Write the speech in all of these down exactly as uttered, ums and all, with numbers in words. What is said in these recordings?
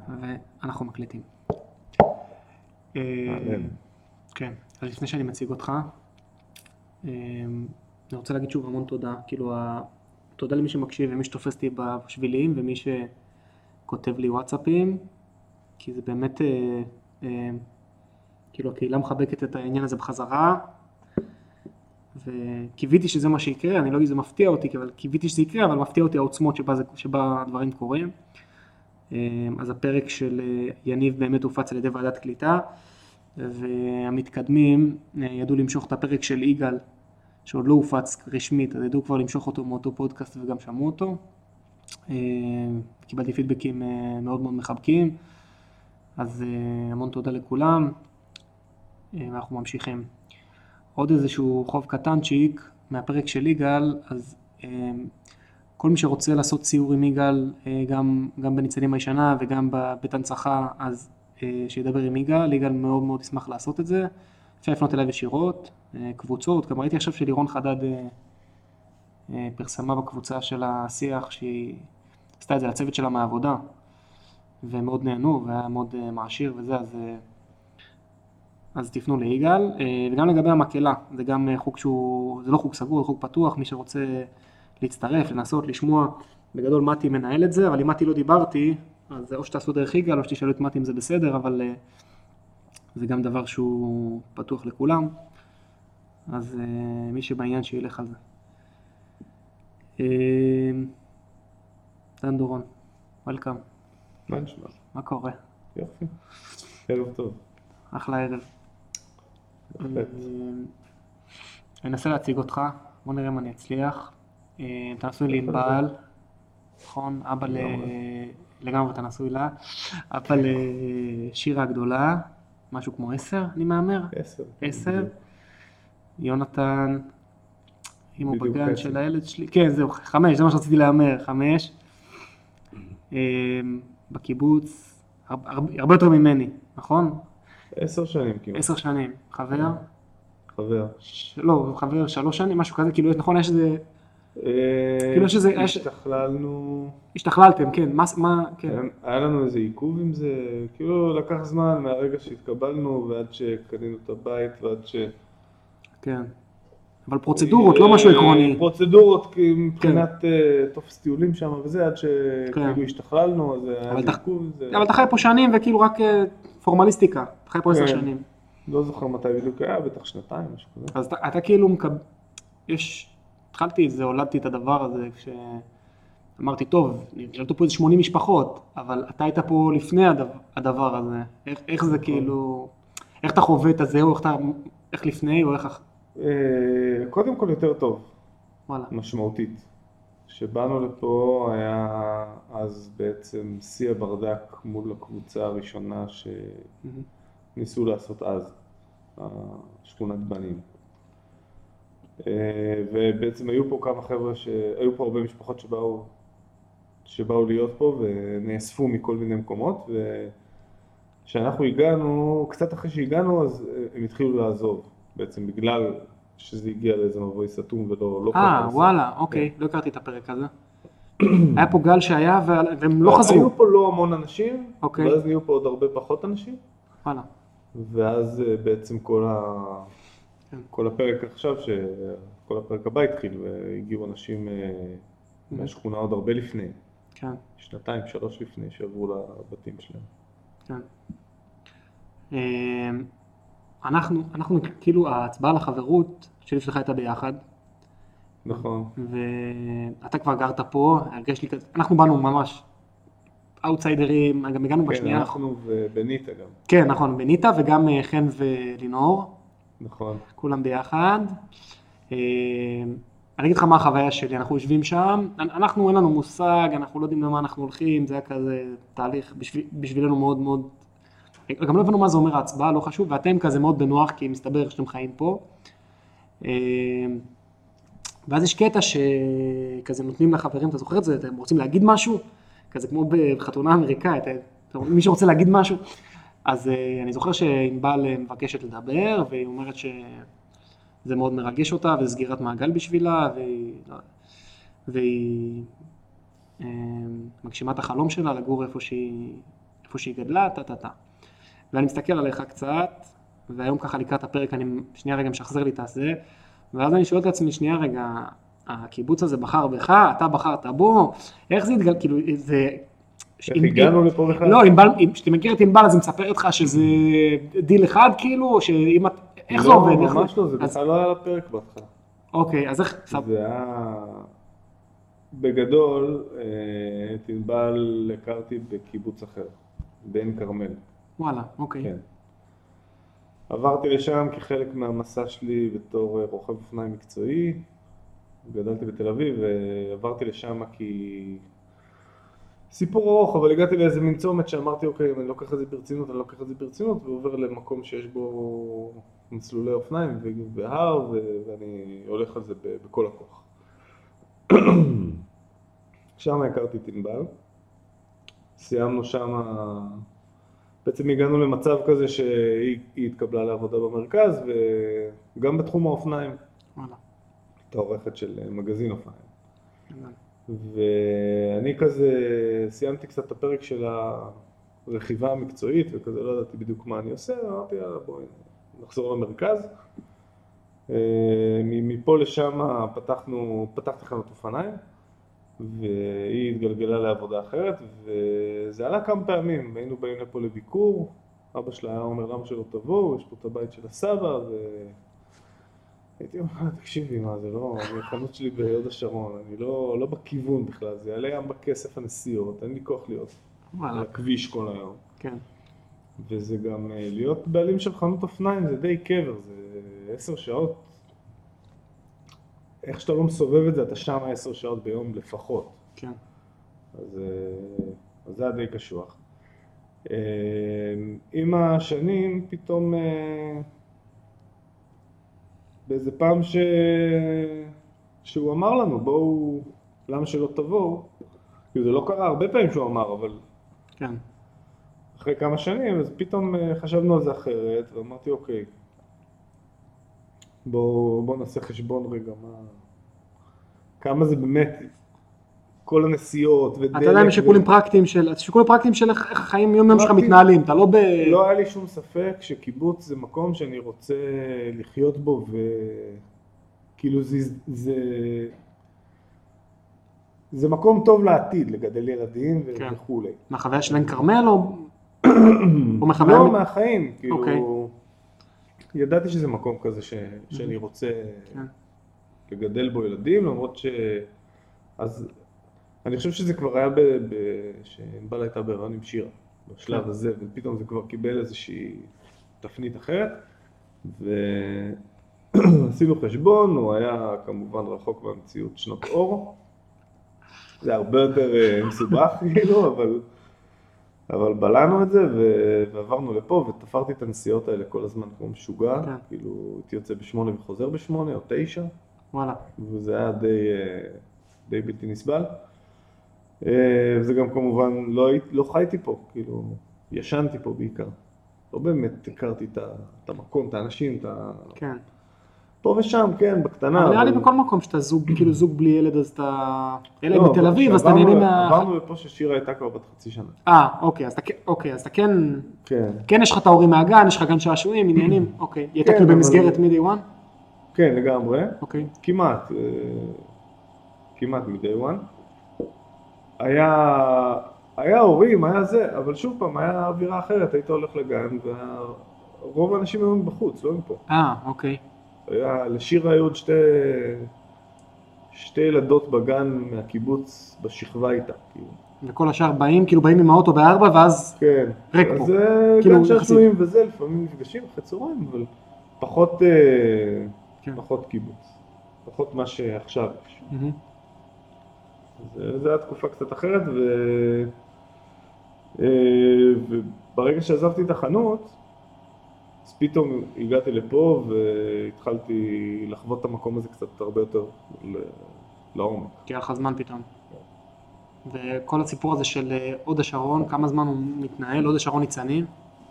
ואנחנו מקליטים. כן, אז לפני שאני מציג אותך, אני רוצה להגיד שוב המון תודה, כאילו תודה למי שמקשיב ומי שתופס אותי בשבילים ומי שכותב לי וואטסאפים, כי זה באמת, כאילו הקהילה מחבקת את העניין הזה בחזרה, וקיוויתי שזה מה שיקרה, אני לא אגיד שזה מפתיע אותי, אבל קיוויתי שזה יקרה, אבל מפתיע אותי העוצמות שבה, שבה הדברים קורים. אז הפרק של יניב באמת הופץ על ידי ועדת קליטה, והמתקדמים ידעו למשוך את הפרק של יגאל, שעוד לא הופץ רשמית, אז ידעו כבר למשוך אותו מאותו פודקאסט וגם שמעו אותו. קיבלתי פידבקים מאוד מאוד מחבקים, אז המון תודה לכולם, ואנחנו ממשיכים. עוד איזשהו חוב קטנצ'יק מהפרק של יגאל, אז כל מי שרוצה לעשות סיור עם יגאל, גם, גם בניצנים הישנה וגם בבית הנצחה, אז שידבר עם יגאל, יגאל מאוד מאוד ישמח לעשות את זה. אפשר לפנות אליו ישירות, קבוצות, גם ראיתי עכשיו שלירון חדד פרסמה בקבוצה של השיח, שהיא עשתה את זה לצוות שלה מהעבודה, ומאוד נהנו, והיה מאוד מעשיר וזה, אז, אז תפנו ליגאל. וגם לגבי המקהלה, זה גם חוג שהוא, זה לא חוג סגור, זה חוג פתוח, מי שרוצה להצטרף, לנסות, לשמוע, בגדול מתי מנהל את זה, אבל אם מתי לא דיברתי, אז או שתעשו דרך יגאל, או שתשאלו את מתי אם זה בסדר, אבל זה גם דבר שהוא פתוח לכולם, אז מי שבעניין שילך על זה. דן דורון, וולקאם. מה נשמע? מה קורה? יופי, ערב טוב. אחלה ערב. בהחלט. אני אנסה להציג אותך, בוא נראה אם אני אצליח. אתה נשוי לענבל, נכון? אבא ל... לגמרי אתה נשוי לה. אבא לשירה הגדולה, משהו כמו עשר, אני מאמר? עשר. עשר. יונתן, אם הוא בגן של הילד שלי. כן, זהו, חמש, זה מה שרציתי לאמר, חמש. בקיבוץ, הרבה יותר ממני, נכון? עשר שנים כמעט. עשר שנים. חבר? חבר. לא, חבר שלוש שנים, משהו כזה, כאילו, נכון, יש איזה... כאילו שזה... השתכללנו... השתכללתם, כן, מה... היה לנו איזה עיכוב עם זה, כאילו לקח זמן מהרגע שהתקבלנו ועד שקנינו את הבית ועד ש... כן, אבל פרוצדורות, לא משהו עקרוני. פרוצדורות, כי מבחינת תופס טיולים שם וזה, עד שכאילו השתכללנו, אז היה עיכוב. אבל אתה חי פה שנים וכאילו רק פורמליסטיקה, אתה חי פה עשר שנים. לא זוכר מתי בדיוק היה, בטח שנתיים, משהו כזה. אז אתה כאילו מקבל... יש... התחלתי את זה, הולדתי את הדבר הזה, כשאמרתי, טוב, נראה פה איזה שמונים משפחות, אבל אתה היית פה לפני הדבר הזה. איך, איך זה כאילו, איך אתה חווה את זה, או איך, אתה, איך לפני, או איך... קודם כל יותר טוב, וואלה. משמעותית. שבאנו לפה היה אז בעצם שיא הברדק מול הקבוצה הראשונה שניסו לעשות אז, שכונת בנים. ובעצם היו פה כמה חבר'ה, שהיו פה הרבה משפחות שבאו, שבאו להיות פה ונאספו מכל מיני מקומות, וכשאנחנו הגענו, קצת אחרי שהגענו, אז הם התחילו לעזוב, בעצם בגלל שזה הגיע לאיזה מבוי סתום ולא... אה, וואלה, אוקיי, לא הכרתי את הפרק הזה. היה פה גל שהיה והם לא חזרו. היו פה לא המון אנשים, ואז נהיו פה עוד הרבה פחות אנשים. וואלה. ואז בעצם כל ה... כל הפרק עכשיו, כל הפרק הבא התחיל, והגיעו אנשים מהשכונה עוד הרבה לפני. כן. שנתיים, שלוש לפני שעברו לבתים שלהם. כן. אנחנו, אנחנו, כאילו, ההצבעה לחברות שלי שלך הייתה ביחד. נכון. ואתה כבר גרת פה, הרגש לי כזה, אנחנו באנו ממש אאוטסיידרים, גם הגענו בשנייה. כן, אנחנו ובניטה גם. כן, נכון, בניטה וגם חן ולינור. נכון. כולם ביחד. אני אגיד לך מה החוויה שלי, אנחנו יושבים שם, אנחנו אין לנו מושג, אנחנו לא יודעים למה אנחנו הולכים, זה היה כזה תהליך בשביל, בשבילנו מאוד מאוד, גם לא הבנו מה זה אומר ההצבעה, לא חשוב, ואתם כזה מאוד בנוח, כי מסתבר שאתם חיים פה. ואז יש קטע שכזה נותנים לחברים, אתה זוכר את זה, אתם רוצים להגיד משהו? כזה כמו בחתונה אמריקאית, מי שרוצה להגיד משהו. אז אני זוכר שענבל מבקשת לדבר, והיא אומרת שזה מאוד מרגש אותה, וזה סגירת מעגל בשבילה, והיא, והיא מגשימה את החלום שלה לגור איפה שהיא, איפה שהיא גדלה, טה טה טה. ואני מסתכל עליך קצת, והיום ככה לקראת הפרק אני שנייה רגע משחזר לי את הזה, ואז אני שואל את עצמי שנייה רגע, הקיבוץ הזה בחר בך, אתה בחרת בו, איך זה התגל, כאילו זה... איך הגענו לפה בכלל? לא, כשאתה מכיר את ענבל אז היא מספרת לך שזה דיל אחד כאילו, או שאם את... איך זה עובד? לא, ממש לא, זה בכלל לא היה לפרק בהתחלה. אוקיי, אז איך... זה היה... בגדול, את ענבל הכרתי בקיבוץ אחר, בעין כרמל. וואלה, אוקיי. כן. עברתי לשם כחלק מהמסע שלי בתור רוכב אופניים מקצועי. גדלתי בתל אביב ועברתי לשם כי... סיפור ארוך, אבל הגעתי לאיזה מין צומת שאמרתי, אוקיי, אם אני לוקח את זה ברצינות, אני לוקח את זה ברצינות, ועובר למקום שיש בו מסלולי אופניים והר, ואני הולך על זה בכל הכוח. שם הכרתי את ענבל. סיימנו שם, בעצם הגענו למצב כזה שהיא התקבלה לעבודה במרכז, וגם בתחום האופניים. וואלה. הייתה עורכת של מגזין אופניים. ואני כזה סיימתי קצת את הפרק של הרכיבה המקצועית, וכזה לא ידעתי בדיוק מה אני עושה, אמרתי, יאללה, בואי נחזור למרכז. מפה לשם פתחנו, פתחתי חנות אופניים, והיא התגלגלה לעבודה אחרת, וזה עלה כמה פעמים, היינו באים לפה לביקור, אבא שלה היה אומר למה שלא תבואו, יש פה את הבית של הסבא, והייתי אומר, תקשיבי מה, זה לא, זה חנות שלי בהוד השרון, אני לא, לא בכיוון בכלל, זה יעלה גם בכסף הנסיעות, אין לי כוח להיות על הכביש כל היום. כן. וזה גם להיות בעלים של חנות אופניים, זה די קבר, זה עשר שעות. איך שאתה לא מסובב את זה, אתה שם עשר שעות ביום לפחות. כן. אז, אז זה היה די קשוח. עם השנים, פתאום, באיזה פעם ש... שהוא אמר לנו, בואו, למה שלא תבואו? כי זה לא קרה הרבה פעמים שהוא אמר, אבל... כן. אחרי כמה שנים, אז פתאום חשבנו על זה אחרת, ואמרתי, אוקיי, בואו בוא נעשה חשבון רגע, מה... כמה זה באמת, כל הנסיעות ודלק... אתה יודע אם שיקולים ו... פרקטיים של, שיקולים פרקטיים של איך החיים יום יום שלך מתנהלים, אתה לא ב... לא היה לי שום ספק שקיבוץ זה מקום שאני רוצה לחיות בו, וכאילו זה... זה... זה מקום טוב לעתיד, לגדל ילדים כן. וכולי. מהחוויה של עין כרמל או... או מחוויה... לא, מהחיים, כאילו... אוקיי. ידעתי שזה מקום כזה ש... שאני רוצה כן. לגדל בו ילדים, למרות ש... אז אני חושב שזה כבר היה ב... ב... שענבל הייתה בהיריון עם שירה, בשלב כן. הזה, ופתאום זה כבר קיבל איזושהי תפנית אחרת, ועשינו חשבון, הוא היה כמובן רחוק מהמציאות שנות אור, זה הרבה יותר מסובך כאילו, אבל, אבל בלענו את זה ועברנו לפה ותפרתי את הנסיעות האלה כל הזמן כמו משוגע, כן. כאילו הייתי יוצא בשמונה וחוזר בשמונה או תשע, וואלה. וזה היה די, די בלתי נסבל. וזה גם כמובן, לא, לא חייתי פה, כאילו ישנתי פה בעיקר. לא באמת הכרתי את המקום, את האנשים, את ה... כן. פה ושם, כן, בקטנה. אבל נראה לי בכל מקום שאתה זוג, כאילו זוג בלי ילד, אז אתה... ילד בתל אביב, אז אתה נהנה מה... עברנו לפה ששירה הייתה כבר בת חצי שנה. אה, אוקיי, אז אתה כן... כן, יש לך את ההורים מהגן, יש לך גן שעשועים, עניינים, אוקיי. היא הייתה כאילו במסגרת מ-day one? כן, לגמרי. אוקיי. כמעט, כמעט מ-day one. היה... היה הורים, היה זה, אבל שוב פעם, היה אווירה אחרת, היית הולך לגן, ורוב האנשים היו בחוץ, לא הם פה. אה, אוקיי. היה, לשירה היו עוד שתי, שתי ילדות בגן מהקיבוץ בשכבה איתה. כאילו. וכל השאר באים, כאילו באים עם האוטו בארבע, ואז כן. ריק פה. אז כאילו גן שעשועים וזה, לפעמים נפגשים אחרי צהריים, אבל פחות, כן. פחות קיבוץ. פחות מה שעכשיו יש. Mm-hmm. זה, זה היה תקופה קצת אחרת, ו... וברגע שעזבתי את החנות, אז פתאום הגעתי לפה והתחלתי לחוות את המקום הזה קצת הרבה יותר לעומק. כי היה לך זמן פתאום. וכל הסיפור הזה של הוד השרון, כמה זמן הוא מתנהל? הוד השרון ניצנים?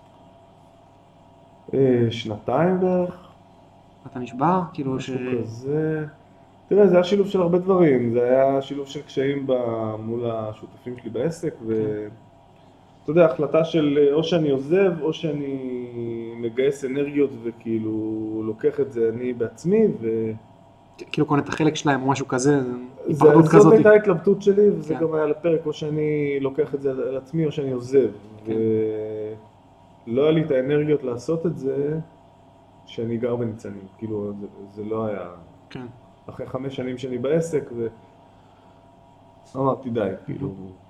שנתיים בערך. אתה נשבר? כאילו ש... משהו כזה... תראה, זה היה שילוב של הרבה דברים. זה היה שילוב של קשיים מול השותפים שלי בעסק, ו... אתה יודע, החלטה של או שאני עוזב, או שאני מגייס אנרגיות וכאילו לוקח את זה אני בעצמי, ו... כאילו קונה את החלק שלהם או משהו כזה, זה, היפרדות זאת כזאת. הייתה ההתלבטות שלי, וזה כן. גם היה לפרק, או שאני לוקח את זה על עצמי, או שאני עוזב. כן. ולא היה לי את האנרגיות לעשות את זה, שאני גר בניצנים. כאילו, זה, זה לא היה... כן. אחרי חמש שנים שאני בעסק, ואמרתי די, כאילו...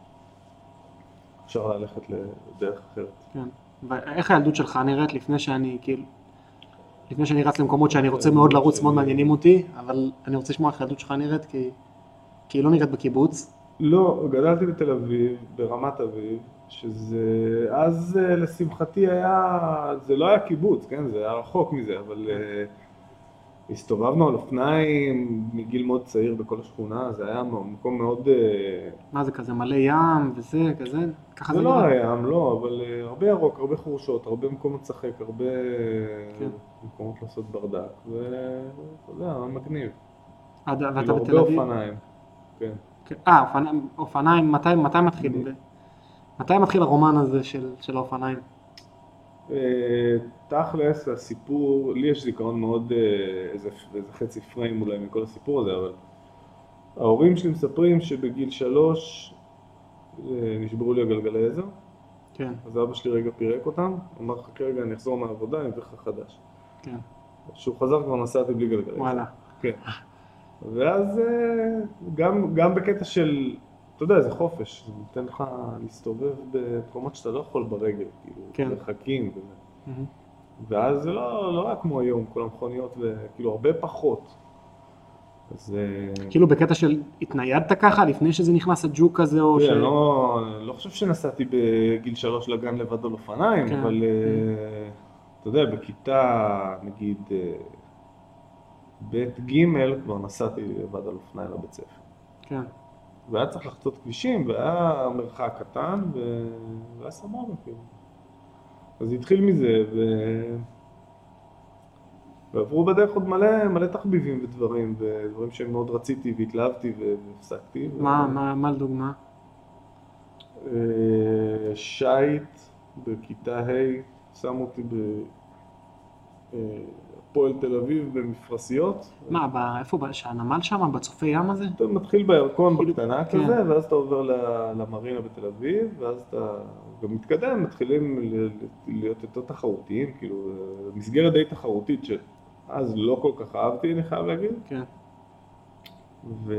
אפשר ללכת לדרך אחרת. כן. ואיך הילדות שלך נראית לפני שאני, כאילו... לפני שאני רץ למקומות שאני רוצה מאוד לרוץ, מאוד מעניינים אותי, אבל אני רוצה לשמוע איך הילדות שלך נראית, כי... כי היא לא נראית בקיבוץ. לא, גדלתי בתל אביב, ברמת אביב, שזה... אז לשמחתי היה... זה לא היה קיבוץ, כן? זה היה רחוק מזה, אבל... הסתובבנו על אופניים מגיל מאוד צעיר בכל השכונה, זה היה מקום מאוד... מה זה כזה, מלא ים וזה, כזה? ככה זה זה לא נראה? היה ים, לא, אבל הרבה ירוק, הרבה חורשות, הרבה מקומות לשחק, הרבה כן. מקומות לעשות ברדק, ואתה יודע, מגניב. עד- ואתה כאילו, בתל הרבה אביב? אופניים, כן. כן. אה, אופניים, אופניים, מתי, מתי מתחיל? אני- מתי מתחיל הרומן הזה של, של האופניים? אה, תכלס, הסיפור, לי יש זיכרון מאוד, אה, איזה, איזה חצי פריים אולי מכל הסיפור הזה, אבל ההורים שלי מספרים שבגיל שלוש אה, נשברו לי הגלגלי עזר, כן, אז אבא שלי רגע פירק אותם, אמר חכה רגע, אני אחזור מהעבודה, אני אביא לך חדש. כן, כשהוא חזר כבר נסעתי בלי גלגלי עזר. וואלה. כן. ואז אה, גם, גם בקטע של, אתה יודע, זה חופש, זה נותן לך להסתובב במקומות שאתה לא יכול ברגל, כאילו, כן. מרחקים וזה. מהמם. ואז זה לא, לא היה כמו היום, כל המכוניות, וכאילו הרבה פחות. אז כאילו בקטע של התניידת ככה, לפני שזה נכנס הג'וק הזה, או ש... תראה, לא, לא חושב שנסעתי בגיל שלוש לגן לבד על אופניים, כן. אבל אה, אתה יודע, בכיתה, נגיד, אה, ב' ג' כבר נסעתי לבד על אופניים לבית ספר. כן, והיה צריך לחצות כבישים, והיה מרחק קטן, ו- והיה סבבה, כאילו. אז התחיל מזה, ו... ועברו בדרך עוד מלא, מלא תחביבים ודברים, ודברים שמאוד רציתי והתלהבתי והפסקתי. ו- מה, מה, מה לדוגמה? אה, שייט בכיתה ה' שמו אותי בפועל תל אביב במפרסיות. מה, ב- איפה, ב- שהנמל שם, בצופי ים הזה? אתה מתחיל בירקון כאילו, בקטנה כן. כזה, ואז אתה עובר ל- למרינה בתל אביב, ואז אתה גם מתקדם, מתחילים ל- ל- להיות יותר תחרותיים, כאילו, מסגרת די תחרותית שאז לא כל כך אהבתי, אני חייב להגיד. כן, ו...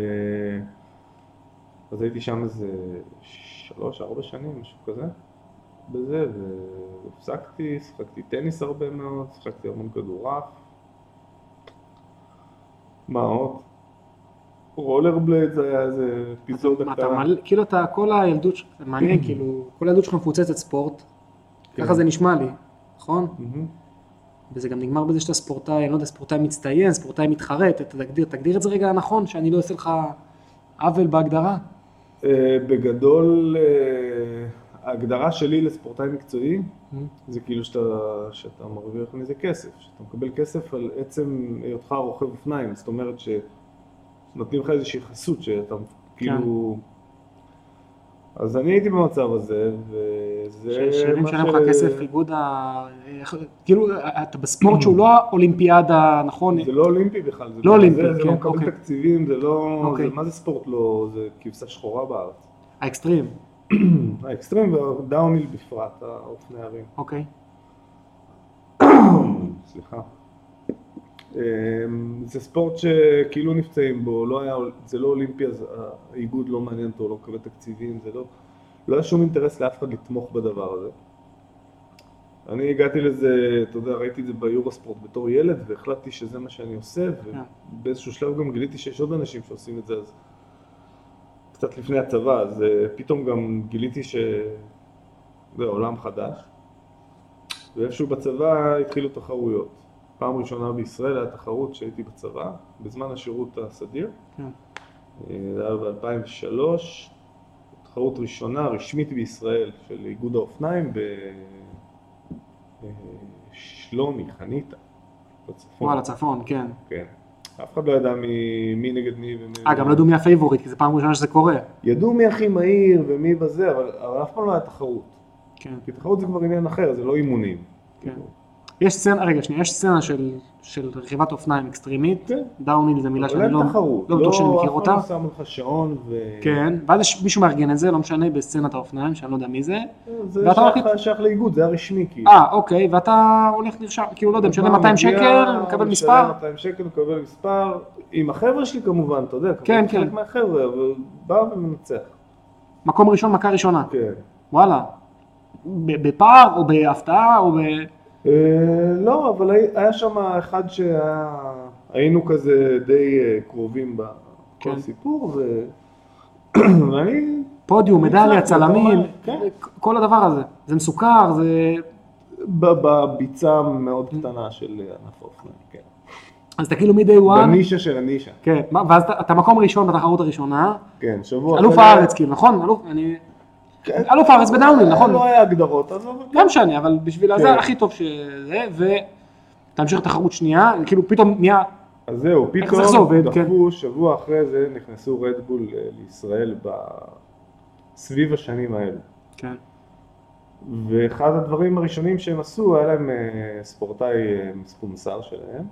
אז הייתי שם איזה שלוש, ארבע שנים, משהו כזה, בזה, והפסקתי, שחקתי טניס הרבה מאוד, שחקתי המון כדורעף. מה עוד? רולר בלייד זה היה איזה אפיזודה מה, אתה קטנה. מלא, כאילו אתה, כל הילדות, ש- זה מעניין, כאילו, כל הילדות שלך מפוצצת ספורט, כן. ככה זה נשמע לי, נכון? מהמם. וזה גם נגמר בזה שאתה ספורטאי, אני לא יודע, ספורטאי מצטיין, ספורטאי מתחרט, תגדיר, תגדיר את זה רגע נכון, שאני לא אעשה לך עוול בהגדרה. אה, בגדול, אה, ההגדרה שלי לספורטאי מקצועי, זה כאילו שאתה, שאתה מרוויח מזה כסף, שאתה מקבל כסף על עצם היותך רוכב אופניים, זאת אומרת שנותנים לך איזושהי חסות שאתה כאילו... אז אני הייתי במצב הזה, וזה שמי מה משלם לך כסף, איגוד ה... איך- כאילו, אתה בספורט שהוא לא האולימפיאדה, נכון? זה לא אולימפי בכלל, זה לא אולימפי, זה, זה כן, לא מקבל אוקיי. תקציבים, זה לא... אוקיי. זה, מה זה ספורט לא... זה כבשה שחורה בארץ. האקסטרים, האקסטרים והדאוניל בפרט, האופני הרים. אוקיי. סליחה. אמ, זה ספורט שכאילו נפצעים בו, לא היה, זה לא אולימפי, אז האיגוד לא מעניין אותו, לא מקבל תקציבים, זה לא... לא היה שום אינטרס לאף אחד לתמוך בדבר הזה. אני הגעתי לזה, אתה יודע, ראיתי את זה ביורוספורט בתור ילד, והחלטתי שזה מה שאני עושה, ובאיזשהו שלב גם גיליתי שיש עוד אנשים שעושים את זה, אז קצת לפני הצבא, אז אה, פתאום גם גיליתי שזה עולם חדש, ואיפשהו בצבא התחילו תחרויות. פעם ראשונה בישראל היה תחרות שהייתי בצבא, בזמן השירות הסדיר, כן. אה, זה היה ב-אלפיים ושלוש, תחרות ראשונה רשמית בישראל של איגוד האופניים בשלומי, חניתה, בצפון. וואלה, צפון, כן. כן. אף אחד לא ידע מי, מי נגד מי ומי... אה, גם לא ידעו מי הפייבוריט, כי זו פעם ראשונה שזה קורה. ידעו מי הכי מהיר ומי בזה, אבל, אבל אף פעם לא היה תחרות. כן. כי תחרות זה כבר עניין אחר, זה לא אימונים. כן. יש סצנה, רגע שנייה, יש סצנה של, של רכיבת אופניים אקסטרימית, כן. דאוניל זה מילה שאני לא, תחרות. לא בטוח שאני מכיר אותה. לא, אף פעם לא שם לך שעון ו... כן, ואז יש מישהו מארגן את זה, לא משנה, בסצנת האופניים, שאני לא יודע מי זה. זה שייך, שייך לאיגוד, זה הרשמי כאילו. אה, אוקיי, ואתה הולך נרשם, כאילו לא יודע, משנה מאתיים שקל, מקבל מספר. משלם מאתיים שקל, מקבל מספר. עם החבר'ה שלי כמובן, אתה יודע, כן, כן. חלק מהחבר'ה, אבל בא ומנצח. מקום ראשון, מכה ראשונה. כן. וואלה. בפער או בהפתעה או ב... לא, אבל היה שם אחד שהיינו כזה די קרובים בכל הסיפור, ואני... פודיום, מדליה, צלמים, כל הדבר הזה. זה מסוכר, זה... בביצה מאוד קטנה של ענף האופניים, כן. אז אתה כאילו מ-day one... בנישה של הנישה. כן, ואז אתה מקום ראשון בתחרות הראשונה. כן, שבוע... אלוף הארץ, כאילו, נכון? אלוף, אני... אלוף הארץ בדאוניל, נכון? לא היה הגדרות, אז... גם שאני, אבל בשביל זה הכי טוב שזה, ותמשיך תחרות שנייה, כאילו פתאום נהיה... אז זהו, פתאום דחפו שבוע אחרי זה, נכנסו רדבול לישראל סביב השנים האלו. כן. ואחד הדברים הראשונים שהם עשו, היה להם ספורטאי ספונסר שלהם,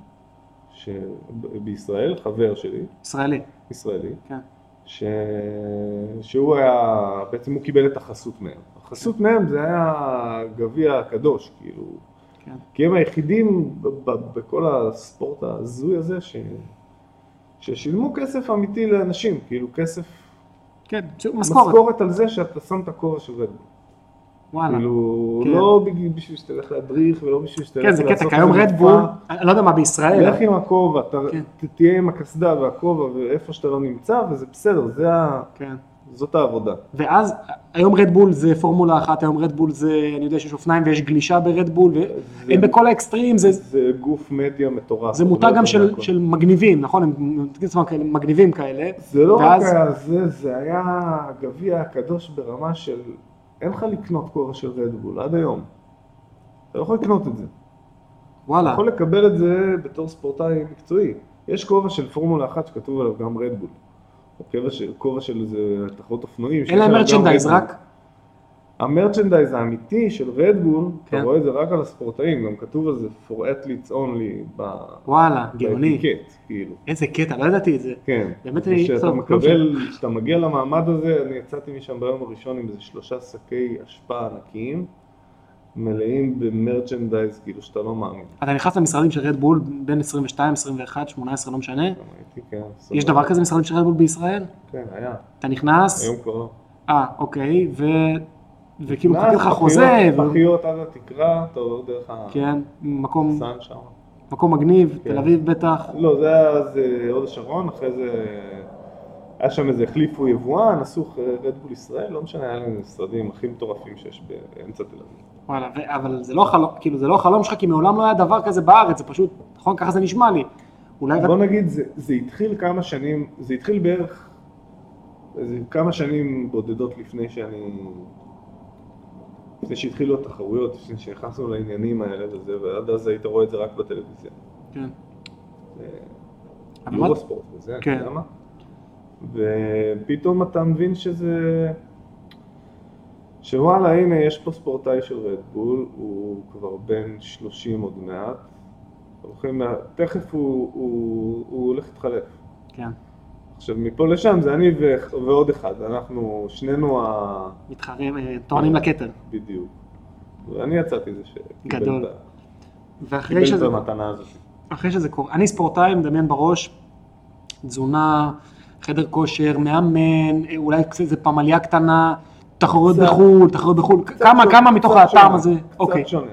בישראל, חבר שלי. ישראלי. ישראלי. כן. ש... שהוא היה, בעצם הוא קיבל את החסות מהם. החסות מהם זה היה גביע הקדוש, כאילו. כן. כי הם היחידים ב- ב- בכל הספורט הזוי הזה, ש... ששילמו כסף אמיתי לאנשים, כאילו כסף... כן, משכורת. משכורת על זה שאתה שם את הכובע של רדבול. וואלה. כאילו, כן. לא בשביל שתלך להדריך ולא בשביל שתלך לעשות... כן, זה קטע, כיום רדבול, אני לא יודע מה בישראל. לך עם הכובע, כן. תהיה עם הקסדה והכובע ואיפה שאתה לא נמצא, וזה בסדר, זה ה... כן. זאת העבודה. ואז, היום רדבול זה פורמולה אחת, היום רדבול זה, אני יודע שיש אופניים ויש גלישה ברדבול, והם בכל האקסטרים, זה... זה גוף מדיה מטורף. זה מותג גם של, של מגניבים, נכון? הם כאלה, מגניבים כאלה. זה לא ואז... רק היה זה, זה היה גביע הקדוש ברמה של... אין לך לקנות כובע של רדבול, עד היום. אתה לא יכול לקנות את זה. וואלה. אתה יכול לקבל את זה בתור ספורטאי מקצועי. יש כובע של פורמולה אחת שכתוב עליו גם רדבול. כובע של, כובע של זה תחרות אופנועים. אין להם מרצ'נדייז רק? המרצ'נדייז האמיתי של רדבול, כן. אתה רואה את זה רק על הספורטאים, גם כתוב על זה for athletes only ב... וואלה, גאוני. באטיקט, כאילו. איזה קטע, לא ידעתי את זה. כן. באמת אני... כשאתה מקבל, כשאתה מגיע למעמד הזה, אני יצאתי משם ביום הראשון עם איזה שלושה שקי השפעה ענקיים, מלאים במרצ'נדייז, כאילו שאתה לא מאמין. אתה נכנס למשרדים של רדבול בין עשרים ושתיים, עשרים ואחת, שמונה עשרה, לא משנה? הייתי, כן. יש דבר כזה משרדים של רדבול בישראל? כן, היה. אתה נכנס? היום כבר לא. אה, אוקיי, ו... וכאילו קבל לך חוזה. פחיות עד התקרה, אתה עובר דרך ה... כן, מקום... סן שם. מקום מגניב, תל אביב בטח. לא, זה היה אז הוד השרון, אחרי זה... היה שם איזה החליפו יבואן, עשו רדבול ישראל, לא משנה, היה להם משרדים הכי מטורפים שיש באמצע תל אביב. וואלה, אבל זה לא חלום, כאילו זה לא חלום שלך, כי מעולם לא היה דבר כזה בארץ, זה פשוט, נכון, ככה זה נשמע לי. בוא נגיד, זה התחיל כמה שנים, זה התחיל בערך כמה שנים בודדות לפני שאני... לפני שהתחילו התחרויות, לפני שנכנסנו לעניינים האלה וזה, ועד אז היית רואה את זה רק בטלוויזיה. כן. יורו ספורט וזה, אני יודע מה. ופתאום אתה מבין שזה... שוואלה, הנה, יש פה ספורטאי של רדבול, הוא כבר בן שלושים עוד מעט. תכף הוא, הוא, הוא הולך להתחלף. כן. עכשיו, מפה לשם זה אני ועוד אחד, אנחנו שנינו ה... מתחרים, טוענים לכתר. בדיוק. ואני יצאתי זה גדול. קיבל את המתנה הזאת. אחרי שזה קורה, אני ספורטאי, מדמיין בראש, תזונה, חדר כושר, מאמן, אולי איזה פמליה קטנה, תחרויות בחול, תחרויות בחול, כמה, כמה מתוך הטעם הזה? קצת שונה.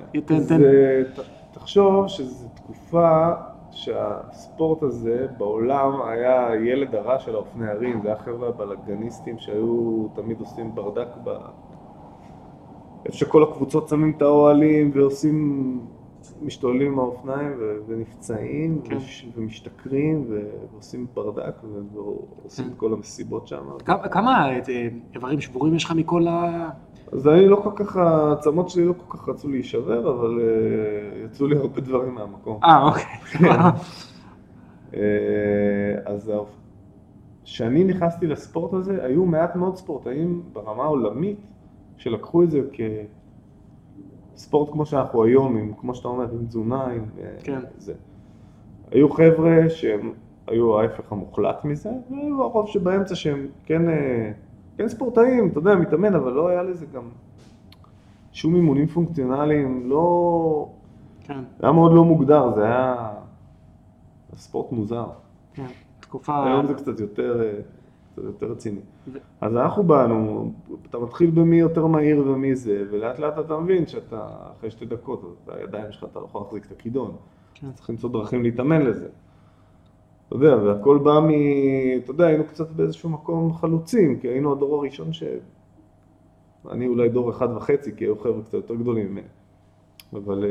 תחשוב שזו תקופה שהספורט הזה בעולם היה ילד הרע של האופנוענים, זה היה חבר'ה הבלגניסטים שהיו תמיד עושים ברדק ב... איפה שכל הקבוצות שמים את האוהלים ועושים, משתוללים מהאופניים ונפצעים כן. ומשתכרים ועושים ברדק ועושים את כל המסיבות שם. כמה איברים שבורים יש לך מכל ה... אז אני לא כל כך, העצמות שלי לא כל כך רצו להישבר, אבל יצאו לי הרבה דברים מהמקום. אה, אוקיי. אז כשאני נכנסתי לספורט הזה, היו מעט מאוד ספורטאים ברמה העולמית, שלקחו את זה ספורט כמו שאנחנו היום, עם, כמו שאתה אומר, עם תזונה, עם כן. זה. היו חבר'ה שהם היו ההפך המוחלט מזה, והיו הרוב שבאמצע שהם כן, כן ספורטאים, אתה יודע, מתאמן, אבל לא היה לזה גם שום אימונים פונקציונליים, לא... כן. היה מאוד לא מוגדר, זה היה ספורט מוזר. כן, תקופה... היום זה קצת יותר, קצת יותר רציני. ו... אז אנחנו באנו, אתה מתחיל במי יותר מהיר ומי זה, ולאט לאט אתה מבין שאתה, אחרי שתי דקות, הידיים שלך, אתה לא יכול להחזיק את הכידון. כן. צריך למצוא דרכים להתאמן לזה. אתה יודע, והכל בא מ... אתה יודע, היינו קצת באיזשהו מקום חלוצים, כי היינו הדור הראשון ש... אני אולי דור אחד וחצי, כי היו חבר'ה קצת יותר גדולים ממני. אבל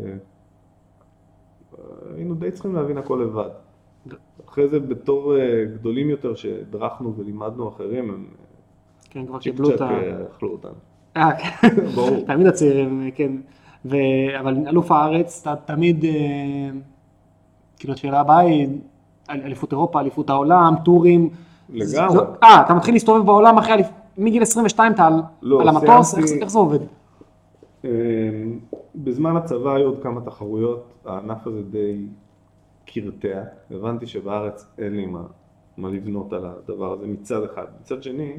היינו די צריכים להבין הכל לבד. אחרי זה בתור גדולים יותר שדרכנו ולימדנו אחרים, הם כן, כבר קיבלו אותה. אכלו אותנו. אה, כן. ברור. תמיד הצעירים, כן. אבל אלוף הארץ, אתה תמיד, כאילו השאלה הבאה היא, אליפות אירופה, אליפות העולם, טורים. לגמרי. אה, אתה מתחיל להסתובב בעולם אחרי אליפות. מגיל עשרים ושתיים אתה על המטוס, איך זה עובד? בזמן הצבא היו עוד כמה תחרויות, הענף הזה די קרטע, הבנתי שבארץ אין לי מה, מה לבנות על הדבר הזה מצד אחד. מצד שני,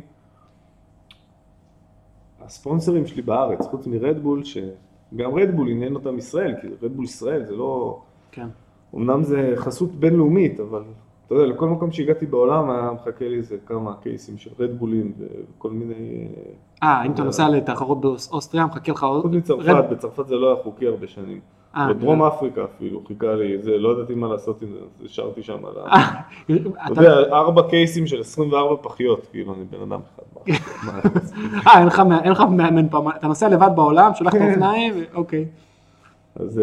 הספונסרים שלי בארץ, חוץ מרדבול, שגם רדבול עניין אותם ישראל, כי רדבול ישראל זה לא... כן. אמנם זה חסות בינלאומית, אבל אתה יודע, לכל מקום שהגעתי בעולם היה מחכה לי איזה כמה קייסים של רדבולים וכל מיני... אה, אם אתה נוסע לתחרות באוסטריה, מחכה לך עוד... חוץ מצרפת, בצרפת זה לא היה חוקי הרבה שנים. בדרום אפריקה אפילו, חיכה לי, זה לא ידעתי מה לעשות עם זה, אז שרתי שם על ה... אתה יודע, ארבע קייסים של עשרים וארבע פחיות, כאילו אני בן אדם אחד. אה, אין לך מאמן פעם, אתה נוסע לבד בעולם, שולח את האופניים, אוקיי. אז...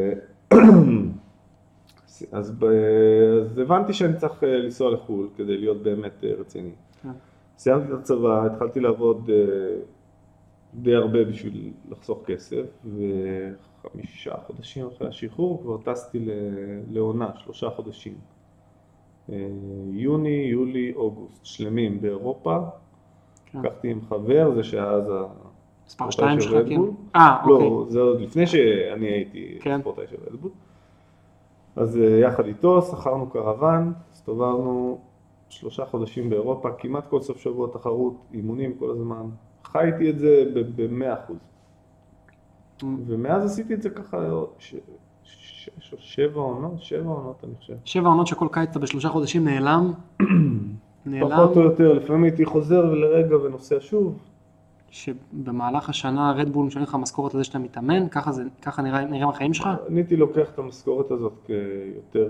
אז, אז הבנתי שאני צריך לנסוע לחו"ל כדי להיות באמת רציני. סיימתי את הצבא, התחלתי לעבוד די הרבה בשביל לחסוך כסף, וחמישה חודשים אחרי השחרור כבר טסתי לעונה, שלושה חודשים. יוני, יולי, אוגוסט, שלמים באירופה. לקחתי עם חבר, זה שאז מספר שתיים שלך, כן. אה, אוקיי. לא, זה עוד לפני שאני הייתי ספורטאי של רדבול. אז יחד איתו שכרנו קרוון, הסתובבנו שלושה חודשים באירופה, כמעט כל סוף שבוע תחרות, אימונים כל הזמן. חייתי את זה ב-מאה אחוז. ומאז עשיתי את זה ככה שש או שבע עונות, שבע עונות אני חושב. שבע עונות שכל קיץ אתה בשלושה חודשים נעלם? נעלם? פחות או יותר, לפעמים הייתי חוזר ולרגע ונוסע שוב. שבמהלך השנה רדבול משלם לך משכורת לזה שאתה מתאמן, ככה, זה, ככה נראה, נראה החיים שלך? אני הייתי לוקח את המשכורת הזאת כיותר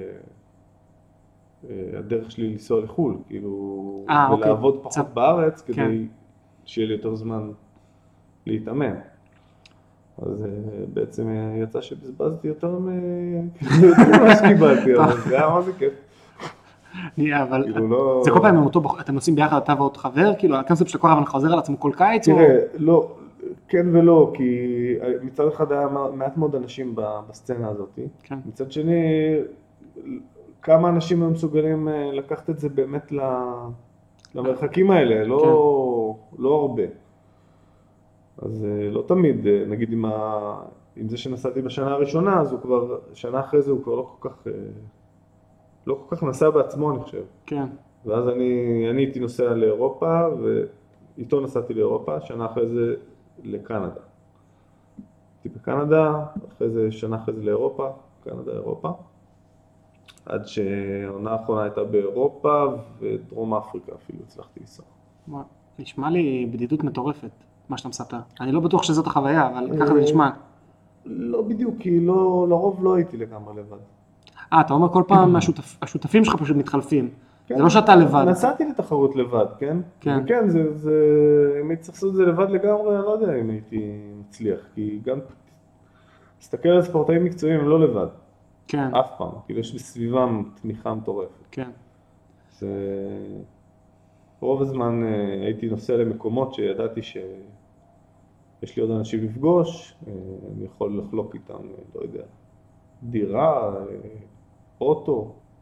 הדרך שלי לנסוע לחו"ל, כאילו, 아, ולעבוד אוקיי. פחות צ... בארץ כדי כן. שיהיה לי יותר זמן להתאמן. אז בעצם יצא שבזבזתי יותר ממה שקיבלתי, אבל זה היה מה זה כיף. אבל זה כל פעם עם אותו, אתם נוסעים ביחד אתה ועוד חבר, כאילו הקונספט של הקורבן חוזר על עצמו כל קיץ? תראה, לא, כן ולא, כי מצד אחד היה מעט מאוד אנשים בסצנה הזאת, מצד שני, כמה אנשים הם מסוגלים לקחת את זה באמת למרחקים האלה, לא הרבה. אז לא תמיד, נגיד עם זה שנסעתי בשנה הראשונה, אז הוא כבר, שנה אחרי זה הוא כבר לא כל כך... לא כל כך נסע בעצמו, אני חושב. כן. ואז אני, אני הייתי נוסע לאירופה, ואיתו נסעתי לאירופה, שנה אחרי זה לקנדה. הייתי בקנדה, אחרי זה, שנה אחרי זה לאירופה, קנדה, אירופה. עד שהעונה האחרונה הייתה באירופה, ודרום אפריקה אפילו הצלחתי לנסוע. נשמע לי בדידות מטורפת, מה שאתה מספר. אני לא בטוח שזאת החוויה, אבל ככה זה נשמע. לא בדיוק, כי לא, לרוב לא הייתי לגמרי לבד. אה, אתה אומר כל פעם השותפים שלך פשוט מתחלפים. זה לא שאתה לבד. נסעתי לתחרות לבד, כן? כן. וכן, אם הייתי צריך לעשות את זה לבד לגמרי, אני לא יודע אם הייתי מצליח, כי גם, תסתכל על ספורטאים מקצועיים, הם לא לבד. כן. אף פעם, כאילו יש בסביבם תמיכה מטורפת. כן. זה... רוב הזמן הייתי נוסע למקומות שידעתי שיש לי עוד אנשים לפגוש, אני יכול לחלוק איתם, לא יודע, דירה, אוטו,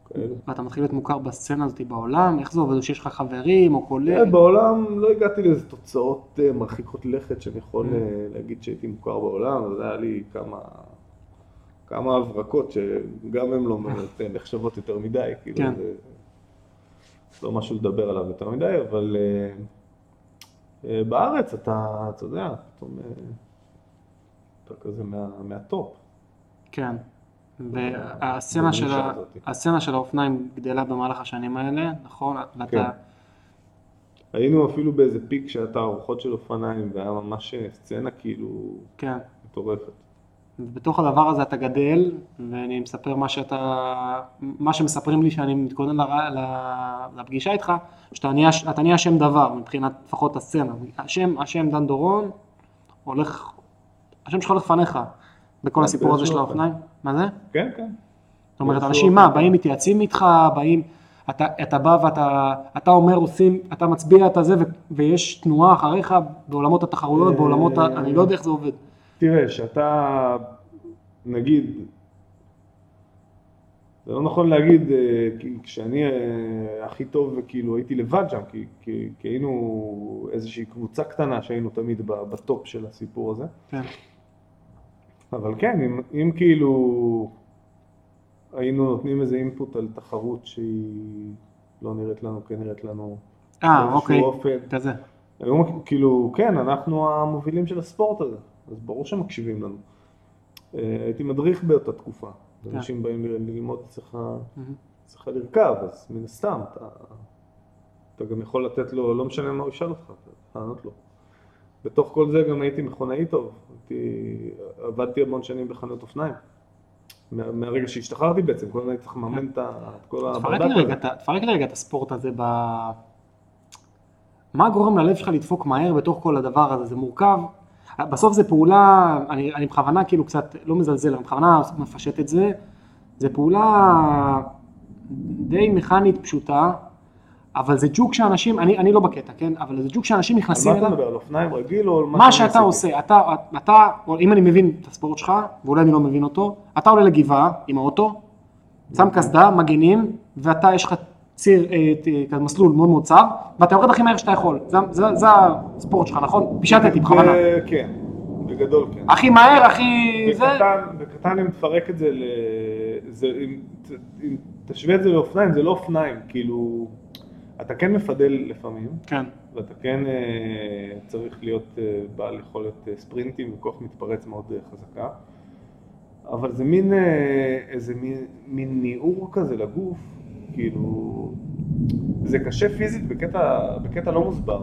כאלה. ואתה מתחיל להיות מוכר בסצנה הזאת בעולם, איך זה עובד? שיש לך חברים או קולגות? בעולם לא הגעתי לאיזה תוצאות מרחיקות לכת שאני יכול להגיד שהייתי מוכר בעולם, אז היה לי כמה, כמה הברקות שגם הן לא נחשבות יותר מדי, כאילו זה לא משהו לדבר עליו יותר מדי, אבל בארץ אתה, אתה יודע, אתה כזה מהטופ. כן. והסצנה של, הסצנה של האופניים גדלה במהלך השנים האלה, נכון? כן. היינו אפילו באיזה פיק שהייתה ארוחות של אופניים, והיה ממש סצנה כאילו כן. מטורפת. ובתוך הדבר הזה אתה גדל, ואני מספר מה שאתה, מה שמספרים לי שאני מתכונן לפגישה איתך, שאתה נהיה שם דבר, מבחינת לפחות הסצנה. השם, השם דן דורון, הולך, השם שלך הולך לפניך. בכל הסיפור הזה של האופניים? מה זה? כן, כן. זאת אומרת, אנשים מה, באים מתייעצים איתך, באים, אתה, אתה בא ואתה, אתה אומר, עושים, אתה מצביע את הזה, ויש תנועה אחריך בעולמות התחרויות, בעולמות, אני לא יודע איך זה עובד. תראה, שאתה, נגיד, זה לא נכון להגיד, כשאני הכי טוב וכאילו הייתי לבד שם, כי, כי, כי היינו איזושהי קבוצה קטנה שהיינו תמיד בטופ של הסיפור הזה. כן. אבל כן, אם, אם כאילו היינו נותנים איזה אינפוט על תחרות שהיא לא נראית לנו, כן נראית לנו אה, אוקיי, כזה. היום כאילו, כן, אנחנו המובילים של הספורט הזה, אז ברור שמקשיבים לנו. הייתי מדריך באותה תקופה, כן. אנשים באים ללמוד אצלך, אצלך לרכב, אז מן הסתם, אתה, אתה גם יכול לתת לו, לא משנה מה הוא ישאל אותך, אתה לענות לו. בתוך כל זה גם הייתי מכונאי טוב, הייתי, עבדתי המון שנים בחנות אופניים. מה, מהרגע שהשתחררתי בעצם, כל הזמן הייתי צריך לממן את כל הברדק הזה. תפרק לי רגע את הספורט הזה, ב... מה גורם ללב שלך לדפוק מהר בתוך כל הדבר הזה? זה מורכב, בסוף זה פעולה, אני, אני בכוונה כאילו קצת לא מזלזל, אני בכוונה מפשט את זה, זה פעולה די מכנית פשוטה, אבל זה ג'וק שאנשים, אני, אני לא בקטע, כן? אבל זה ג'וק שאנשים נכנסים אליו. על מה אתה מדבר? על אופניים רגיל או על מה שאתה עושה, אתה, אתה, אם אני מבין את הספורט שלך, ואולי אני לא מבין אותו, אתה עולה לגבעה עם האוטו, שם קסדה, מגנים, ואתה יש לך ציר, כזה מסלול מאוד מאוד צר, ואתה יורד הכי מהר שאתה יכול. זה, זה, זה הספורט שלך, נכון? פישטתי בכוונה. כן, בגדול כן. הכי מהר, הכי... בקטן, בקטן אני מפרק את זה ל... זה, אם, אם תשווה את זה לאופניים, זה לא אופניים, כאילו... אתה כן מפדל לפעמים, כן. ואתה כן אה, צריך להיות אה, בעל יכולת אה, ספרינטים וכוח מתפרץ מאוד אה, חזקה, אבל זה מין, אה, איזה מין, מין ניעור כזה לגוף, כאילו, זה קשה פיזית בקטע, בקטע לא מוסבר.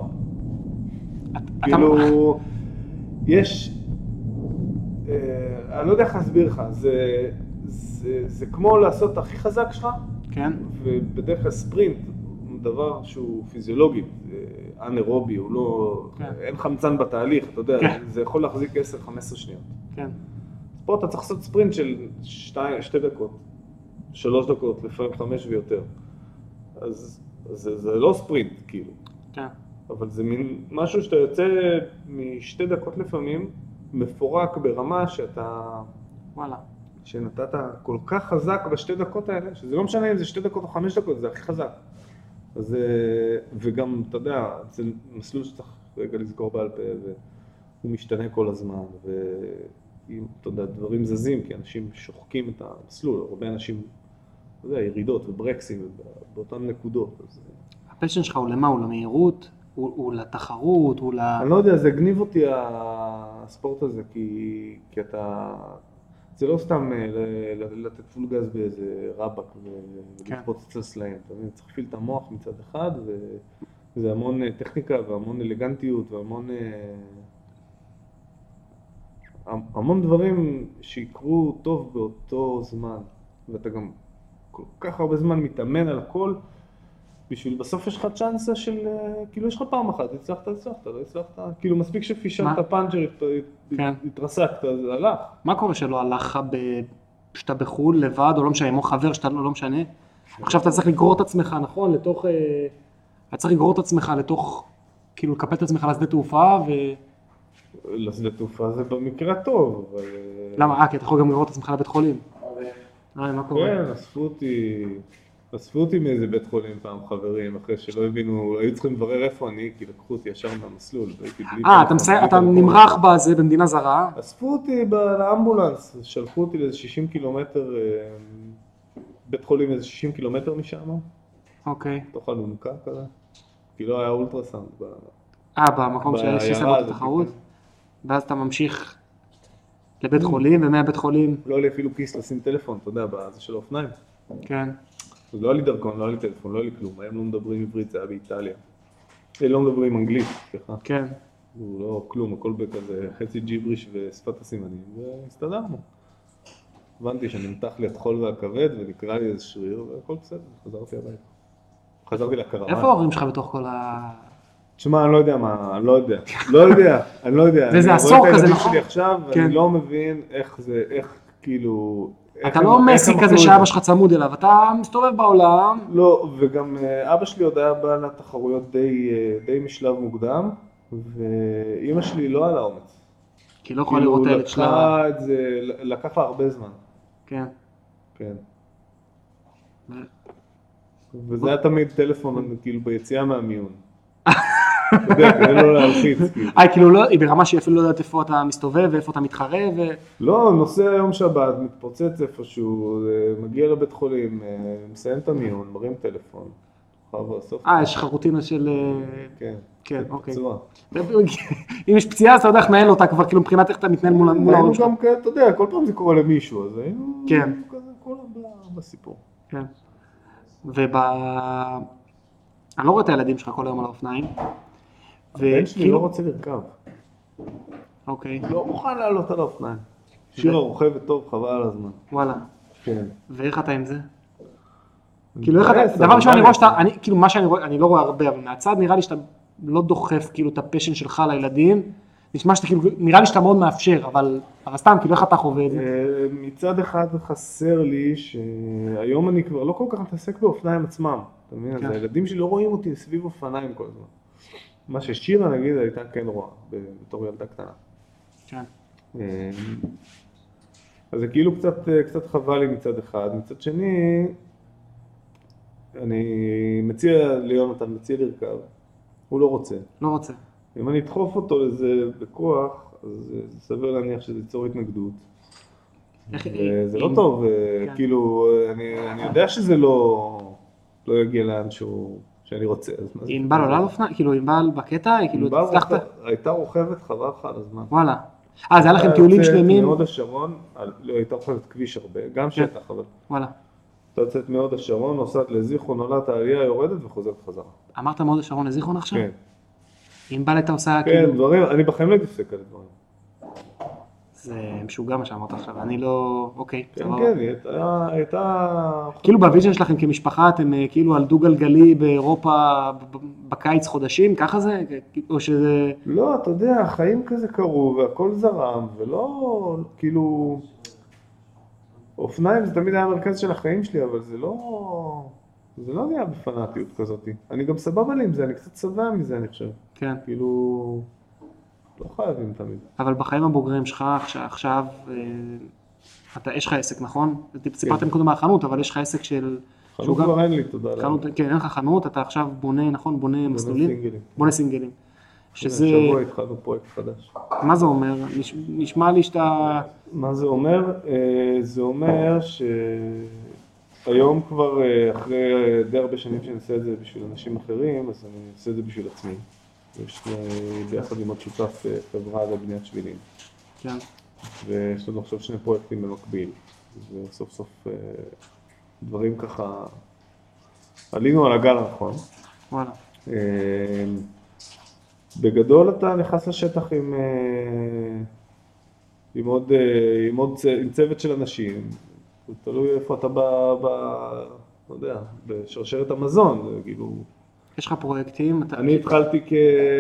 כאילו, יש, אה, אני לא יודע איך להסביר לך, זה, זה, זה כמו לעשות הכי חזק שלך, כן. ובדרך כלל ספרינט, דבר שהוא פיזיולוגי, אנאירובי, הוא לא, כן. אין חמצן בתהליך, אתה יודע, כן. זה יכול להחזיק עשר חמש עשרה שניות. כן. פה אתה צריך לעשות ספרינט של שתי, שתי דקות, שלוש דקות, לפעמים חמש ויותר. אז זה, זה לא ספרינט, כאילו. כן. אבל זה מין משהו שאתה יוצא משתי דקות לפעמים, מפורק ברמה שאתה... וואלה. שנתת כל כך חזק בשתי דקות האלה, שזה לא משנה אם זה שתי דקות או חמש דקות, זה הכי חזק. אז, וגם, אתה יודע, זה מסלול שצריך רגע לזכור בעל פה, והוא משתנה כל הזמן, ואם, אתה יודע, דברים זזים, כי אנשים שוחקים את המסלול, הרבה אנשים, אתה יודע, ירידות וברקסים באותן נקודות. אז... הפשן שלך הוא למה? הוא למהירות? הוא, הוא לתחרות? הוא ל... אני לא יודע, זה גניב אותי הספורט הזה, כי, כי אתה... זה לא סתם לתת פול גז באיזה רבק ולקפוץ אצל סלעים, אתה מבין? צריך להפעיל את המוח מצד אחד, וזה המון טכניקה והמון אלגנטיות והמון המון דברים שיקרו טוב באותו זמן, ואתה גם כל כך הרבה זמן מתאמן על הכל, בשביל בסוף יש לך צ'אנסה של, כאילו יש לך פעם אחת, הצלחת, הצלחת, לא הצלחת, כאילו מספיק שפישלת פאנצ'ר, התרסקת, אז הלך. מה קורה שלא הלך שאתה בחול לבד, או לא משנה, או חבר שאתה לא משנה? עכשיו אתה צריך לגרור את עצמך, נכון, לתוך, אתה צריך לגרור את עצמך לתוך, כאילו לקפל את עצמך לשדה תעופה ו... לשדה תעופה זה במקרה טוב, אבל... למה? אה, כי אתה יכול גם לגרור את עצמך לבית חולים. אה, מה קורה? כן, אספו אותי אספו אותי מאיזה בית חולים פעם חברים, אחרי שלא הבינו, היו צריכים לברר איפה אני, כי לקחו אותי ישר מהמסלול, והייתי בלי אה, אתה טלפון, מסי- בלי אתה טלפון. נמרח בזה במדינה זרה. אספו אותי ב- לאמבולנס, שלחו אותי לאיזה שישים קילומטר, אה, בית חולים איזה שישים קילומטר משם, אוקיי. תוך אלונקה כזה, כי לא היה אולטרסאונד. ב- אה, במקום בעיירה שיש סבבות הזאת, התחרות. כן. ואז אתה ממשיך לבית חולים, ומהבית חולים, לא היה לי אפילו כיס לשים טלפון, אתה יודע, בזה של האופניים. כן, אז לא היה לי דרכון, לא היה לי טלפון, לא היה לי כלום, הם לא מדברים עברית, זה היה באיטליה. הם לא מדברים אנגלית, סליחה. כן. הוא לא כלום, הכל בכזה חצי ג'יבריש ושפת הסימנים, והסתדרנו. הבנתי שנמתח לי הטחול והכבד, ונקרא לי איזה שריר, והכל בסדר, חזרתי הביתה. חזרתי לקרמן. איפה ההורים שלך בתוך כל ה... תשמע, אני לא יודע מה, אני לא יודע, לא יודע, אני לא יודע. זה איזה עשור כזה, אני רואה את הילדים נכון? שלי עכשיו, כן. ואני לא מבין איך זה, איך כאילו... איך אתה הם- לא איך מסי הם כזה אכלו את שאבא זה. שלך צמוד אליו, אתה מסתובב בעולם. לא, וגם אה, אבא שלי עוד היה בא לתחרויות די, אה, די משלב מוקדם, ואימא שלי לא על האומץ. כי לא יכולה לראות את הילד שלה. לקחה את זה, לקח לה הרבה זמן, כן. כן. ו- וזה היה תמיד טלפון, כאילו, ביציאה מהמיון. אתה יודע, כדי לא להלחיץ, כאילו. אה, כאילו לא, היא ברמה שהיא אפילו לא יודעת איפה אתה מסתובב ואיפה אתה מתחרה ו... לא, נוסע יום שבת, מתפוצץ איפשהו, אה, מגיע לבית חולים, אה, מסיים את המיון, מרים טלפון. חייב בסוף. אה, יש לך רוטינה של... אה, כן. כן, אוקיי. פצוע. אם יש פציעה אז אתה יודע איך לנהל אותה כבר, כאילו מבחינת איך אתה מתנהל מול מול היינו ההורים שלך. גם, כ- אתה יודע, כל פעם זה קורה למישהו, אז היינו כן. כזה כולם ב- בסיפור. כן. וב... אני לא רואה את הילדים שלך כל היום על האופניים. הבן שלי וכאילו- לא רוצה לרכב, אוקיי, לא מוכן לעלות על האופניים. שירה רוכבת טוב, חבל על הזמן. וואלה. כן. ואיך אתה עם זה? כאילו איך אתה, מתבאס, דבר אבל ראשון מה אני רואה שאתה, לעשות? אני, כאילו מה שאני רואה, אני לא רואה הרבה, אבל מהצד נראה לי שאתה לא דוחף כאילו את הפשן שלך לילדים, נשמע שאתה כאילו, נראה לי שאתה מאוד מאפשר, אבל, אבל סתם, כאילו איך אתה חווה את זה? אה, מצד אחד חסר לי שהיום אני כבר לא כל כך מתעסק באופניים עצמם. אתה מבין? אז כן. הילדים שלי לא רואים אותי סביב אופניים כל הזמן. מה ששירה נגיד הייתה כן רואה, בתור ילדה קטנה. כן, אה, אז זה כאילו קצת, קצת חבל לי מצד אחד. מצד שני, אני מציע ליונתן, מציע לרכב, הוא לא רוצה. לא רוצה. אם אני אדחוף אותו לזה בכוח, אז זה סביר להניח שזה ייצור התנגדות. איך- וזה אם- לא טוב, כן. כאילו, אני, אני יודע שזה לא, לא יגיע לאן שהוא, שאני רוצה. אז מה זה? ענבל עולה על אופניים? כאילו ענבל בקטע? כאילו ענבל הצלחת? רוכבת- הייתה רוכבת חבל לך על הזמן. וואלה. אה, זה היה לכם הייתה טיולים יוצאת שלמים? מהוד השרון, לא, הייתה רוכבת כביש הרבה, גם כן. שטח, אבל וואלה. הייתה יוצאת מהוד השרון, נוסעת לזיכרון, עולה את העלייה, יורדת וחוזרת חזרה. אמרת מהוד השרון לזיכרון עכשיו? כן, ענבל הייתה עושה כן, כאילו... דברים, אני בחיים לא הייתי עושה כאלה דברים. זה משוגע מה שאמרת עכשיו, אני לא... אוקיי, כן, סבבה. כן, היא הייתה, הייתה... כאילו בוויז'ן שלכם כמשפחה אתם אה, כאילו על דו גלגלי באירופה ב- ב- בקיץ חודשים, ככה זה? או שזה... לא, אתה יודע, החיים כזה קרו והכל זרם, ולא, כאילו... אופניים זה תמיד היה המרכז של החיים שלי, אבל זה לא... זה לא נהיה בפנאטיות כזאת. אני גם סבבה לי עם זה, אני קצת שבע מזה, אני חושב. כן. כאילו... לא חייבים תמיד. אבל בחיים הבוגרים שלך עכשיו, עכשיו אה, אתה, יש לך עסק, נכון? סיפרתם קודם על החנות, אבל יש לך עסק של... חנות שהוא גם- כבר אין לי, תודה לאל. חנות, כן, אין לך חנות, אתה עכשיו בונה, נכון? בונה מסלולים? סינגלים. בונה סינגלים. שזה... שבוע התחלנו פרויקט חדש. מה זה אומר? נש- נשמע לי שאתה... מה זה אומר? אה, זה אומר שהיום כבר אה, אחרי די הרבה שנים שאני עושה את זה בשביל אנשים אחרים, אז אני עושה את זה בשביל עצמי. יש לי ביחד עם עוד שותף אה, חברה לבניית שבילים. כן. ויש לנו עכשיו שני פרויקטים במקביל. וסוף סוף אה, דברים ככה... עלינו על הגל הנכון. וואלה. אה, בגדול אתה נכנס לשטח עם, אה, עם, עוד, אה, עם, עוד, צ- עם צוות של אנשים, זה תלוי איפה אתה ב, ב, לא יודע, בשרשרת המזון, זה כאילו, יש לך פרויקטים, אתה... אני התחלתי כ...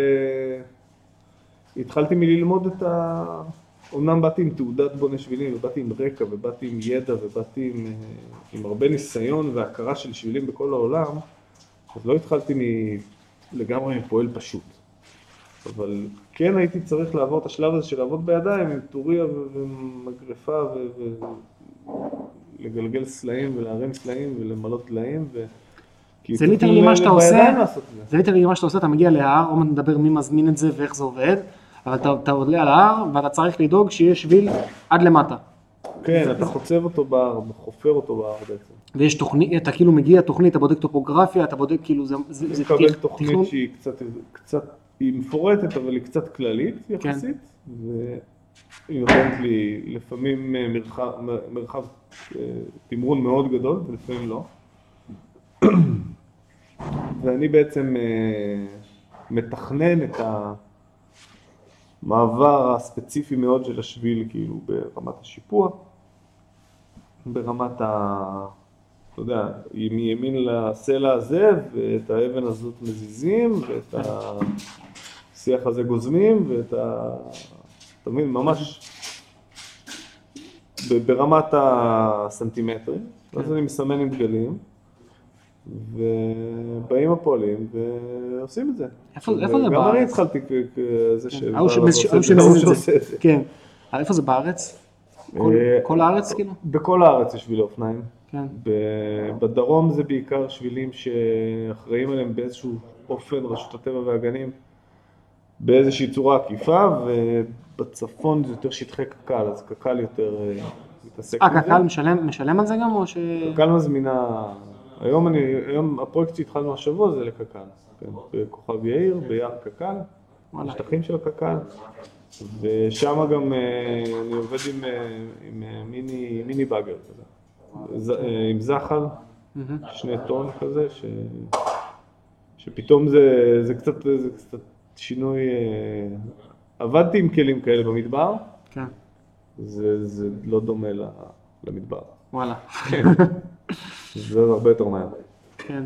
התחלתי מללמוד את ה... אמנם באתי עם תעודת בונה שבילים, ובאתי עם רקע, ובאתי עם ידע, ובאתי עם, אה, עם הרבה ניסיון והכרה של שבילים בכל העולם, אז לא התחלתי מ... לגמרי מפועל פשוט. אבל כן הייתי צריך לעבור את השלב הזה של לעבוד בידיים עם טוריה ו- ומגרפה ולראות לגלגל סלעים ולהרים סלעים ולמלות דליים. ו... זה ליטרלי מה שאתה עושה, זה ליטרלי מה שאתה עושה, אתה מגיע להר, או נדבר מי מזמין את זה ואיך זה עובד, אבל אתה, אתה עולה על ההר ואתה צריך לדאוג שיש שביל עד למטה. כן, אתה חוצב אותו בהר, חופר אותו בהר בעצם. ויש תוכנית, אתה כאילו מגיע תוכנית, אתה בודק טופוגרפיה, אתה בודק כאילו זה... זה, זה מקבל תוכנית תכנון... שהיא קצת, קצת, היא מפורטת, אבל היא קצת כללית יחסית, כן. והיא נותנת לי לפעמים מרחב, מרחב תמרון מאוד גדול, ולפעמים לא. ואני בעצם מתכנן את המעבר הספציפי מאוד של השביל, כאילו ברמת השיפוע, ברמת ה... אתה יודע, מימין לסלע הזה, ואת האבן הזאת מזיזים, ואת השיח הזה גוזמים, ואת ה... אתה מבין, ממש ברמת הסנטימטרים, ואז אני מסמן עם דגלים, ובאים הפועלים ועושים את זה. איפה זה בארץ? גם אני התחלתי כזה שעושה את זה. כן. איפה זה בארץ? כל הארץ כאילו? בכל הארץ יש שבילי אופניים. כן. בדרום זה בעיקר שבילים שאחראים עליהם באיזשהו אופן רשות הטבע והגנים, באיזושהי צורה עקיפה, ובצפון זה יותר שטחי קק"ל, אז קק"ל יותר מתעסק בזה. אה, קק"ל משלם, משלם על זה גם או ש... קק"ל מזמינה, היום אני, היום הפרויקט שהתחלנו השבוע זה לקק"ל, כן, בכוכב יאיר, ביער קק"ל, השטחים של הקק"ל, ושם גם אני עובד עם, עם מיני, מיני באגר כזה, עם זחל, שני טון כזה, ש... שפתאום זה, זה קצת, זה קצת שינוי, עבדתי עם כלים כאלה במדבר, כן. זה, זה לא דומה למדבר. וואלה. כן. זה הרבה יותר מהר. כן.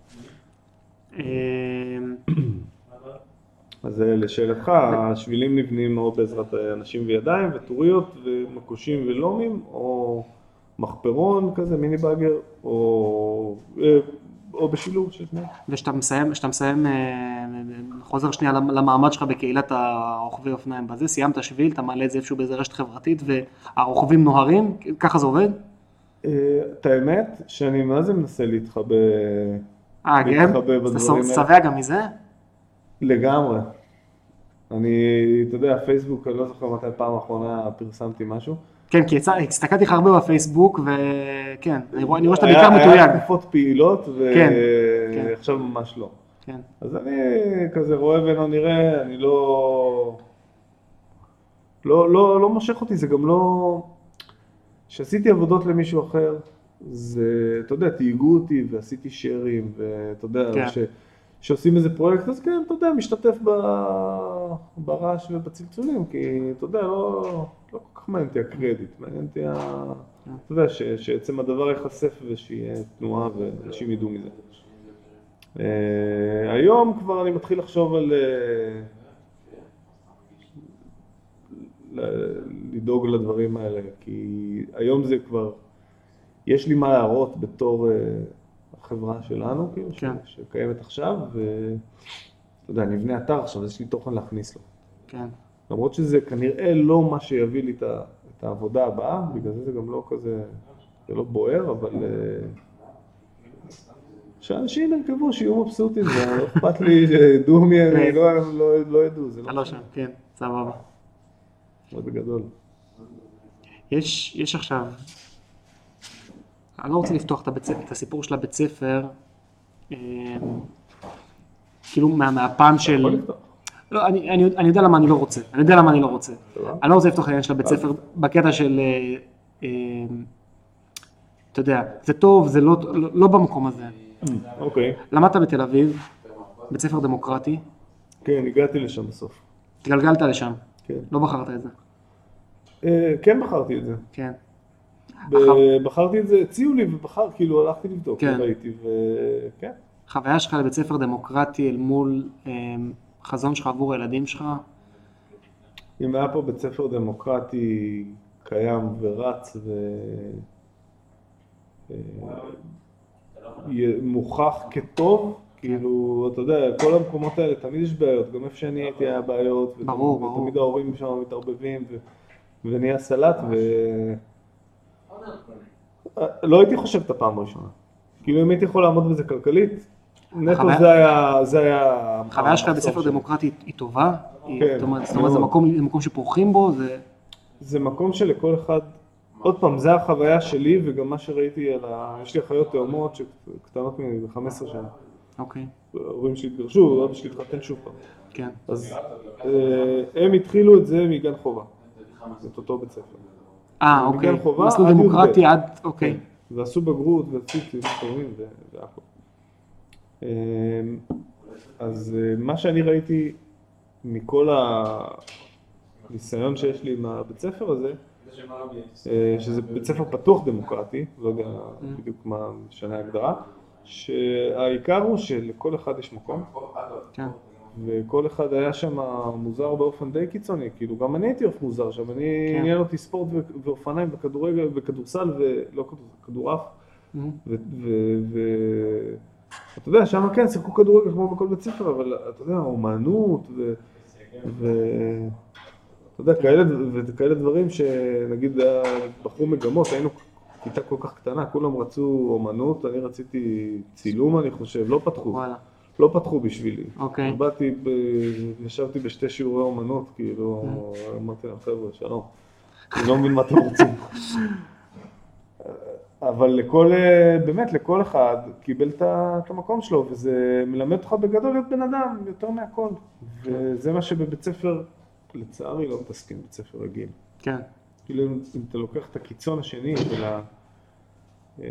אז לשאלתך, השבילים נבנים או בעזרת אנשים וידיים וטוריות ומקושים ולומים, או מחפרון כזה, מיני באגר, או, או בשילוב של שני. ושאתה מסיים, שאתה מסיים, חוזר שנייה למעמד שלך בקהילת הרוכבי אופניים בזה, סיימת שביל, אתה מעלה את זה איפשהו באיזה רשת חברתית, והרוכבים נוהרים, ככה זה עובד? את האמת, שאני מה זה מנסה להתחבא, אה, כן? זה שבע גם מזה? לגמרי. אני, אתה יודע, פייסבוק, אני לא זוכר מתי פעם האחרונה פרסמתי משהו. כן, כי הסתכלתי לך הרבה בפייסבוק, וכן, אני רואה שאתה בעיקר מתויג. היה תקופות פעילות, ועכשיו ממש לא. כן. אז אני כזה רואה ולא נראה, אני לא... לא, לא, לא מושך אותי, זה גם לא... כשעשיתי עבודות למישהו אחר, זה, אתה יודע, תייגו אותי ועשיתי שיירים, ואתה יודע, כן. ש... שעושים איזה פרויקט, אז כן, אתה יודע, משתתף ב... ברעש ובצלצולים, כי אתה יודע, לא, לא כל כך מעניין אותי הקרדיט, מעניין אותי, ה... אתה יודע, ש... שעצם הדבר ייחשף ושיהיה תנועה ואנשים ידעו מזה. Uh, היום כבר אני מתחיל לחשוב על uh, לדאוג לדברים האלה, כי היום זה כבר, יש לי מה להראות בתור... Uh, החברה שלנו, כאילו, כן. ש... שקיימת עכשיו, ואתה יודע, נבנה אתר עכשיו, יש לי תוכן להכניס לו. כן. למרות שזה כנראה לא מה שיביא לי את, ה... את העבודה הבאה, בגלל זה זה גם לא כזה, זה לא בוער, אבל שאנשים ירכבו, שיהיו מבסוטים, זה לא אכפת לי שידעו מי, אני לא, לא, לא ידעו, זה לא, לא שם, כן, סבבה. זה בגדול. יש, יש עכשיו, אני לא רוצה לפתוח את, הבית, את הסיפור של הבית ספר, כאילו מה, מהפעם של... לא, אני, אני, אני יודע למה אני לא רוצה, אני יודע למה אני לא רוצה. אני לא רוצה לפתוח העניין של הבית ספר בקטע של, אתה יודע, זה טוב, זה לא, לא, לא במקום הזה. אוקיי. למדת בתל אביב, בית ספר דמוקרטי. כן, הגעתי לשם בסוף. התגלגלת לשם. כן. לא בחרת את זה. כן בחרתי את זה. כן. בחרתי את זה, הציעו לי ובחר, כאילו הלכתי לבדוק, ראיתי וכן. חוויה שלך לבית ספר דמוקרטי אל מול חזון שלך עבור הילדים שלך? אם היה פה בית ספר דמוקרטי קיים ורץ ומוכח כטוב, כאילו, אתה יודע, כל המקומות האלה תמיד יש בעיות, גם איפה שאני הייתי היה בעיות, ברור, ברור. ותמיד ההורים שם מתערבבים ונהיה סלט ו... לא הייתי חושב את הפעם הראשונה. כאילו אם הייתי יכול לעמוד בזה כלכלית, נטו החוויה- זה היה... זה היה... החוויה שלך המחסור בספר שלי. דמוקרטי היא טובה? היא- כן, זאת אומרת, זאת אומרת, זה מאוד. מקום- זה מקום שפורחים בו, זה... זה מקום שלכל אחד, עוד פעם, זה החוויה שלי וגם מה שראיתי על ה... יש לי אחיות תאומות שקטנות ממני ב-חמש עשרה שנה. אוקיי, ההורים שלי התגרשו, אבא שלי התחתן שוב פעם. כן. אז אה, הם התחילו את זה מגן חובה, את אותו בית ספר. אה, אוקיי. מגן חובה מסלול עד י"ב. דמוקרטי עד... אוקיי. כן, ועשו בגרות ועשו ציונים טובים והכל. אה, אז אה, מה שאני ראיתי מכל הניסיון שיש לי עם הבית ספר הזה, אה, שזה בית ספר פתוח דמוקרטי, לא יודע בדיוק מה משנה ההגדרה, שהעיקר הוא שלכל אחד יש מקום, כן. וכל אחד היה שם מוזר באופן די קיצוני, כאילו גם אני הייתי אוף מוזר שם, אני כן. עניין אותי ספורט ו- ואופניים וכדורגל וכדורסל ולא כדורסל, כדורעף, מהמם. ואתה יודע, שם כן שיחקו כדורגל כמו בכל בית ספר, אבל אתה יודע, אומנות ו... ו- אתה יודע, כאלה, וכאלה דברים שנגיד בחרו מגמות, היינו כיתה כל כך קטנה, כולם רצו אומנות, אני רציתי צילום אני חושב, לא פתחו. וואלה. לא פתחו בשבילי. אוקיי. באתי, ב... ישבתי בשתי שיעורי אומנות, כאילו, אמרתי להם, חבר'ה, שלום. אני לא מבין מה אתם רוצים. אבל לכל, באמת, לכל אחד קיבל את המקום שלו, וזה מלמד אותך בגדול להיות בן אדם, יותר מהכל. וזה מה שבבית ספר, לצערי, לא מתעסקים בבית ספר רגיל. כן. כאילו, אם אתה לוקח את הקיצון השני של ה... בית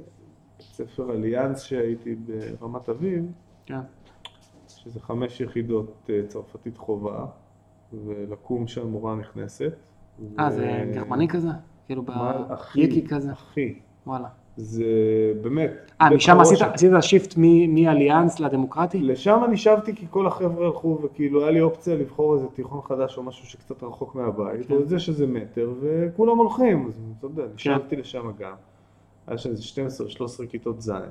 ספר אליאנס שהייתי ברמת אביב, כן. שזה חמש יחידות צרפתית חובה, ולקום שם מורה נכנסת. אה, זה גרמני כזה? כאילו אחי, ביקי כזה? אחי. וואלה. זה באמת... אה, משם עשית עשית שיפט מאליאנס לדמוקרטי? לשם אני שבתי כי כל החבר'ה הלכו, וכאילו היה לי אופציה לבחור איזה תיכון חדש או משהו שקצת רחוק מהבית, או זה שזה מטר, וכולם הולכים, אז אתה יודע, נשארתי לשם גם. היה שם איזה שתים עשרה שלוש עשרה כיתות זין.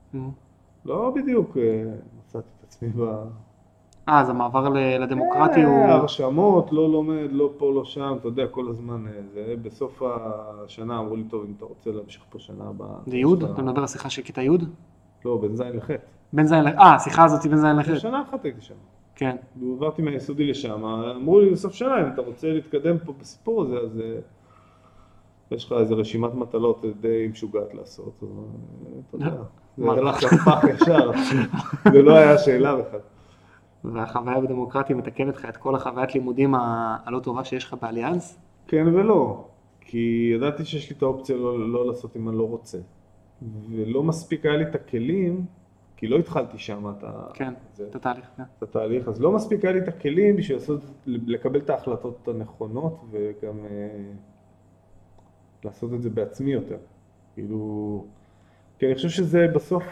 לא בדיוק מצאתי את עצמי ב... אה, אז המעבר לדמוקרטי הוא... הרשמות, לא לומד, לא פה, לא שם, אתה יודע, כל הזמן זה. בסוף השנה אמרו לי, טוב, אם אתה רוצה להמשיך פה שנה הבאה... זה יוד? אתה מדבר על שיחה של כיתה יוד? לא, בין זין לחטא. בין זין לחטא, אה, השיחה הזאת בין זין לחטא. שנה אחת הייתי שם. כן. ועברתי מהיסודי לשם, אמרו לי בסוף שנה, אם אתה רוצה להתקדם פה בסיפור הזה, אז יש לך איזו רשימת מטלות די משוגעת לעשות, אז אתה יודע, זה הלך לפח ישר, זה לא היה שאלה בכלל. והחוויה בדמוקרטי מתקנת לך את כל החוויית לימודים הלא טובה שיש לך באליאנס? כן ולא, כי ידעתי שיש לי את האופציה לא, לא לעשות אם אני לא רוצה. ולא מספיק היה לי את הכלים, כי לא התחלתי שם את, כן, זה, את התהליך. כן. את התהליך, אז לא מספיק היה לי את הכלים בשביל לעשות, לקבל את ההחלטות הנכונות וגם אה, לעשות את זה בעצמי יותר. כאילו, כי אני חושב שזה בסוף,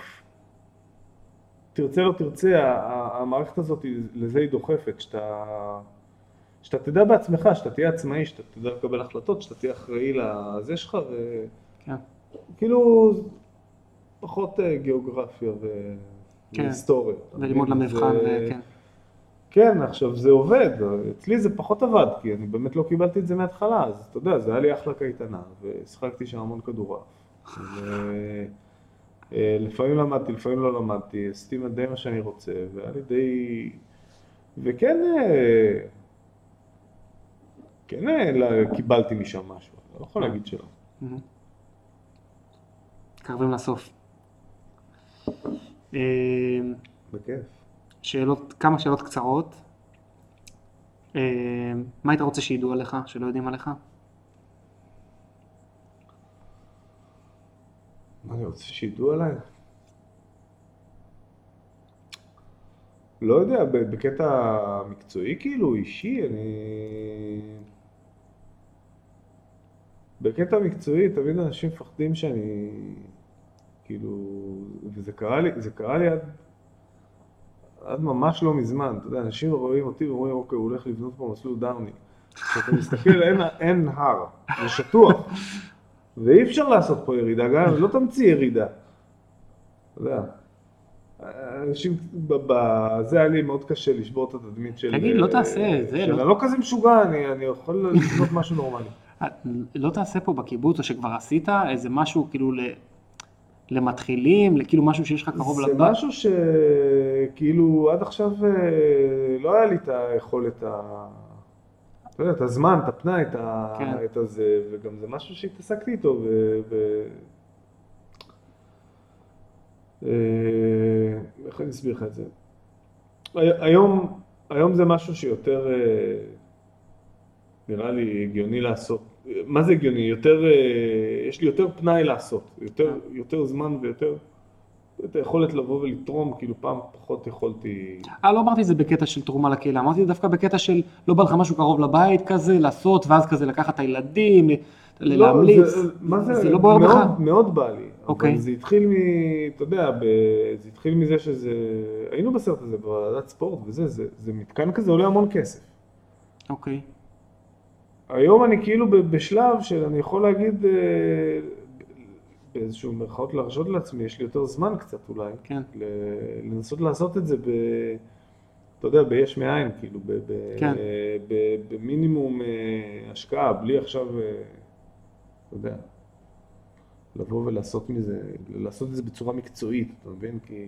תרצה לא תרצה, המערכת הזאת לזה היא דוחפת, שאתה, שאתה תדע בעצמך, שאתה תהיה עצמאי, שאתה תדע לקבל החלטות, שאתה תהיה אחראי לזה שלך, כן. וכאילו פחות גיאוגרפיה כן. והיסטוריה. וללמוד למבחן, וכן. כן, עכשיו זה עובד, אצלי זה פחות עבד, כי אני באמת לא קיבלתי את זה מההתחלה, אז אתה יודע, זה היה לי אחלה קייטנה, ושחקתי שם המון כדורעף. לפעמים למדתי, לפעמים לא למדתי, עשיתי די מה שאני רוצה, והיה לי די... וכן, כן, קיבלתי משם משהו, לא יכול להגיד שלא. קרבים לסוף. בכיף. שאלות, כמה שאלות קצרות. מה היית רוצה שידעו עליך, שלא יודעים עליך? מה אני רוצה שידעו עליי? לא יודע, בקטע מקצועי כאילו, אישי, אני... בקטע מקצועי, תמיד אנשים מפחדים שאני... כאילו... וזה קרה לי, זה קרה לי עד... עד ממש לא מזמן, אתה יודע, אנשים רואים אותי ואומרים, אוקיי, הוא הולך לבנות פה מסלול דאוני. כשאתה מסתכל, אין, אין הר, זה שטוח. ואי אפשר לעשות פה ירידה, גם לא תמציא ירידה. אתה יודע, אנשים, זה היה לי מאוד קשה לשבור את התדמית של... תגיד, לא תעשה, זה לא... אני לא כזה משוגע, אני יכול לבנות משהו נורמלי. לא תעשה פה בקיבוץ, או שכבר עשית איזה משהו כאילו למתחילים, כאילו משהו שיש לך קרוב לבית? זה משהו שכאילו עד עכשיו לא היה לי את היכולת, אתה יודע, את הזמן, את הפנאי, את הזה, וגם זה משהו שהתעסקתי איתו, איך אני אסביר לך את זה? היום, היום זה משהו שיותר נראה לי הגיוני לעשות. מה זה הגיוני? יותר, יש לי יותר פנאי לעשות, יותר, יותר זמן ויותר את היכולת לבוא ולתרום, כאילו פעם פחות יכולתי... אה, לא אמרתי את זה בקטע של תרומה לקהילה, אמרתי את זה דווקא בקטע של לא בא לך משהו קרוב לבית כזה, לעשות, ואז כזה לקחת את הילדים, להמליץ. לא, זה, מה זה? זה לא בוער מאוד, בך? מאוד בא לי. אוקיי. אבל זה התחיל מ... אתה יודע, ב... זה התחיל מזה שזה... היינו בסרט הזה, בוועדת ספורט וזה, זה, זה מתקן כזה עולה המון כסף. אוקיי. היום אני כאילו בשלב שאני יכול להגיד, באיזשהו מרכאות להרשות לעצמי, יש לי יותר זמן קצת אולי, כן. לנסות לעשות את זה ב... אתה יודע, ביש מאין, כאילו, ב... כן. ב... במינימום השקעה, בלי עכשיו, אתה יודע, לבוא ולעשות מזה, לעשות את זה בצורה מקצועית, אתה מבין? כי...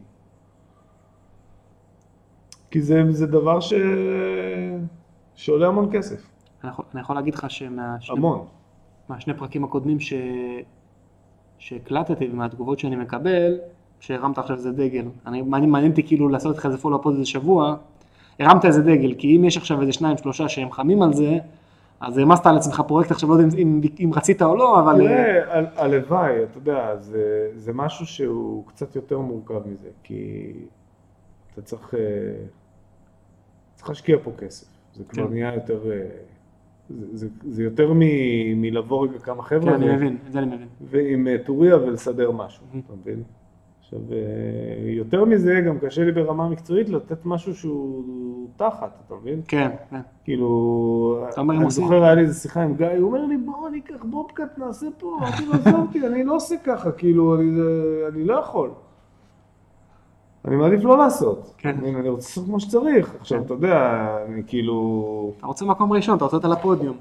כי זה, זה דבר ש... שעולה המון כסף. אני יכול, אני יכול להגיד לך שמהשני המון. מהשני פרקים הקודמים ש... שהקלטתי ומהתגובות שאני מקבל, שהרמת עכשיו איזה דגל. אני מעניין אותי כאילו לעשות איתך איזה פולו-אפ איזה שבוע, הרמת איזה דגל, כי אם יש עכשיו איזה שניים, שלושה שהם חמים על זה, אז הרמזת על עצמך פרויקט, עכשיו לא יודע אם, אם רצית או לא, אבל... תראה, הלוואי, אתה יודע, זה, זה משהו שהוא קצת יותר מורכב מזה, כי אתה צריך, צריך להשקיע פה כסף. זה כבר נהיה יותר... זה, זה, זה יותר מ, מלבוא רגע כמה חבר'ה. כן, אני מבין, את זה אני מבין. ועם טוריה ולסדר משהו, אתה מבין? עכשיו, יותר מזה, גם קשה לי ברמה מקצועית לתת משהו שהוא תחת, אתה מבין? כן, כן. כאילו, אני זוכר, היה לי איזו שיחה עם גיא, הוא אומר לי, בוא ניקח בובקאט, נעשה פה, אני לא עזבתי, אני לא עושה ככה, כאילו, אני לא יכול. אני מעדיף לא לעשות. כן. אני רוצה לעשות כמו שצריך. עכשיו, אתה יודע, אני כאילו... אתה רוצה מקום ראשון, אתה רוצה אותה לפודיום.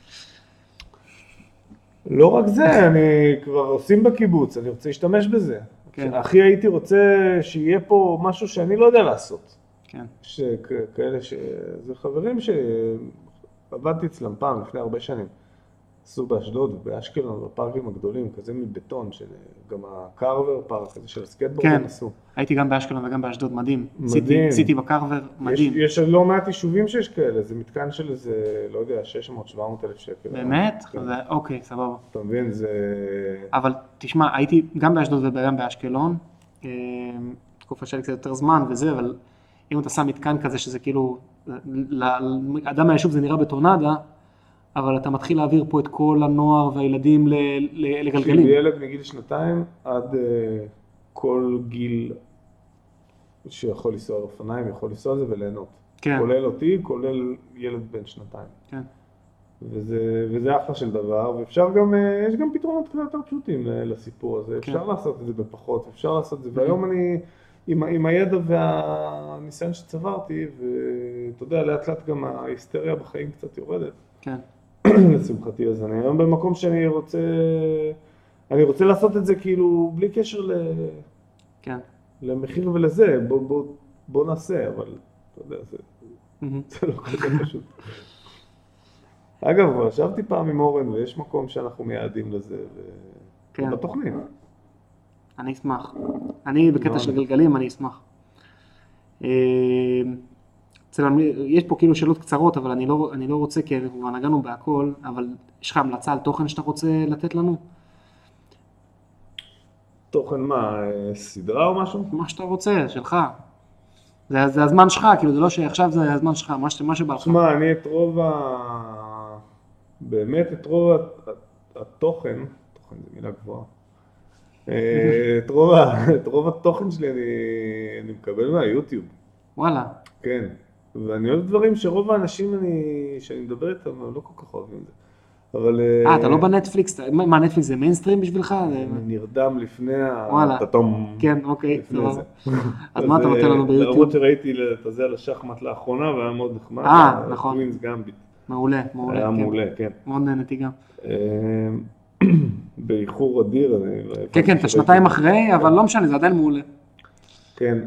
לא רק זה, אני כבר עושים בקיבוץ, אני רוצה להשתמש בזה. כן. הכי הייתי רוצה שיהיה פה משהו שאני לא יודע לעשות. כן. שכאלה ש... זה חברים שעבדתי אצלם פעם, לפני הרבה שנים. עשו באשדוד ובאשקלון, בפארקים הגדולים, כזה מבטון, גם הקרוור פארק, כזה של הסקטבורדים עשו. הייתי גם באשקלון וגם באשדוד, מדהים. מדהים. ציתי בקרוור, מדהים. יש לא מעט יישובים שיש כאלה, זה מתקן של איזה, לא יודע, שש מאות שבע מאות אלף שקל. באמת? אוקיי, סבבה. אתה מבין, זה... אבל תשמע, הייתי גם באשדוד וגם באשקלון, תקופה שלי קצת יותר זמן וזה, אבל אם אתה שם מתקן כזה שזה כאילו, לאדם מהיישוב זה נראה בטורנדה, אבל אתה מתחיל להעביר פה את כל הנוער והילדים לגלגלים. ילד מגיל שנתיים עד uh, כל גיל שיכול לנסוע על אופניים, יכול לנסוע על זה וליהנות. כן. כולל אותי, כולל ילד בן שנתיים. כן. וזה, וזה אחלה של דבר, ואפשר גם, uh, יש גם פתרונות קצת יותר פשוטים לסיפור הזה. כן. אפשר לעשות את זה בפחות, אפשר לעשות את זה. והיום אני, עם, עם הידע והניסיון שצברתי, ואתה יודע, לאט לאט גם ההיסטריה בחיים קצת יורדת. כן. לשמחתי, אז אני היום במקום שאני רוצה, אני רוצה לעשות את זה כאילו בלי קשר ל... כן. למחיר ולזה, בוא, בוא, בוא נעשה, אבל אתה יודע, זה, זה לא כזה פשוט. אגב, ישבתי פעם עם אורן ויש מקום שאנחנו מייעדים לזה, כן. בתוכנית. אני אשמח. אני בקטע של גלגלים, אני אשמח. יש פה כאילו שאלות קצרות, אבל אני לא, אני לא רוצה, כי כבר נגענו בהכל, אבל יש לך המלצה על תוכן שאתה רוצה לתת לנו? תוכן מה, סדרה או משהו? מה שאתה רוצה, שלך. זה, זה הזמן שלך, כאילו זה לא שעכשיו זה הזמן שלך, מה, מה שבא לך. תשמע, אני את רוב ה... באמת את רוב התוכן, תוכן זה מילה גבוהה, את רוב, את רוב התוכן שלי אני, אני מקבל מהיוטיוב. וואלה. כן. ואני אוהב דברים שרוב האנשים אני, שאני מדבר איתם, הם לא כל כך אוהבים את זה. אבל... אה, אתה לא בנטפליקס? מה, נטפליקס זה מיינסטרים בשבילך? אני נרדם לפני ה... וואלה. כן, אוקיי, סבבה. אז מה אתה נותן לנו ביוטיוב? למרות שראיתי את זה על השחמט לאחרונה, והיה מאוד נחמד. אה, נכון. קווינס גמביט. מעולה, מעולה. היה כן. מעולה, כן. מאוד נהנתי גם. באיחור אדיר. כן, כן, אתה שנתיים אחרי, אבל לא משנה, זה עדיין מעולה. כן.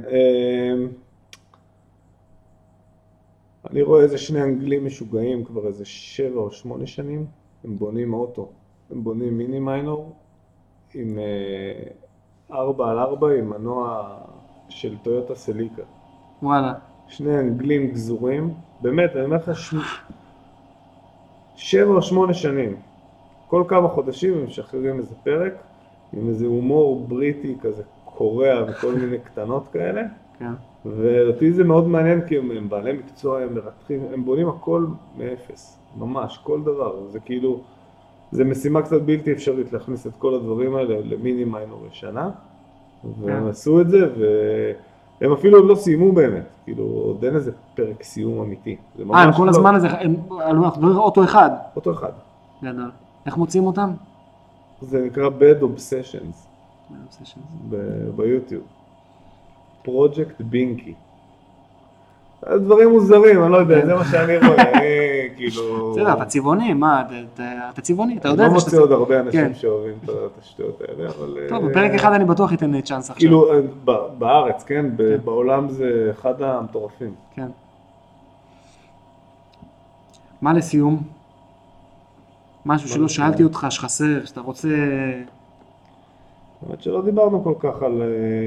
אני רואה איזה שני אנגלים משוגעים כבר איזה שבע או שמונה שנים. הם בונים אוטו. הם בונים מיני מיינור עם ארבע על ארבע עם מנוע של טויוטה סליקה. וואלה. שני אנגלים גזורים. באמת, אני אומר לך ש... שבע או שמונה שנים. כל כמה חודשים הם משחררים איזה פרק עם איזה הומור בריטי כזה קורע וכל מיני קטנות כאלה. כן. ואותי זה מאוד מעניין כי הם, הם בעלי מקצוע, הם מרתחים, הם בונים הכל מאפס, ממש, כל דבר. זה כאילו, זה משימה קצת בלתי אפשרית להכניס את כל הדברים האלה למיני מיינור לשנה. והם כן. עשו את זה והם אפילו עוד לא סיימו באמת, כאילו עוד אין איזה פרק סיום אמיתי. אה, הם כל הזמן הזה, הם עלו אוטו אחד. אוטו אחד. גדול. איך מוצאים אותם? זה נקרא Bad Obsessions. Bad Obsessions. ב- ביוטיוב. פרויקט בינקי. דברים מוזרים, אני לא יודע, זה מה שאני רואה, אני כאילו... בסדר, אתה צבעוני, מה, אתה צבעוני, אתה יודע... אני לא מוצא עוד הרבה אנשים שאוהבים את השטויות האלה, אבל... טוב, בפרק אחד אני בטוח ייתן צ'אנס עכשיו. כאילו, בארץ, כן? בעולם זה אחד המטורפים. כן. מה לסיום? משהו שלא שאלתי אותך, שחסר, שאתה רוצה... באמת שלא דיברנו כל כך על...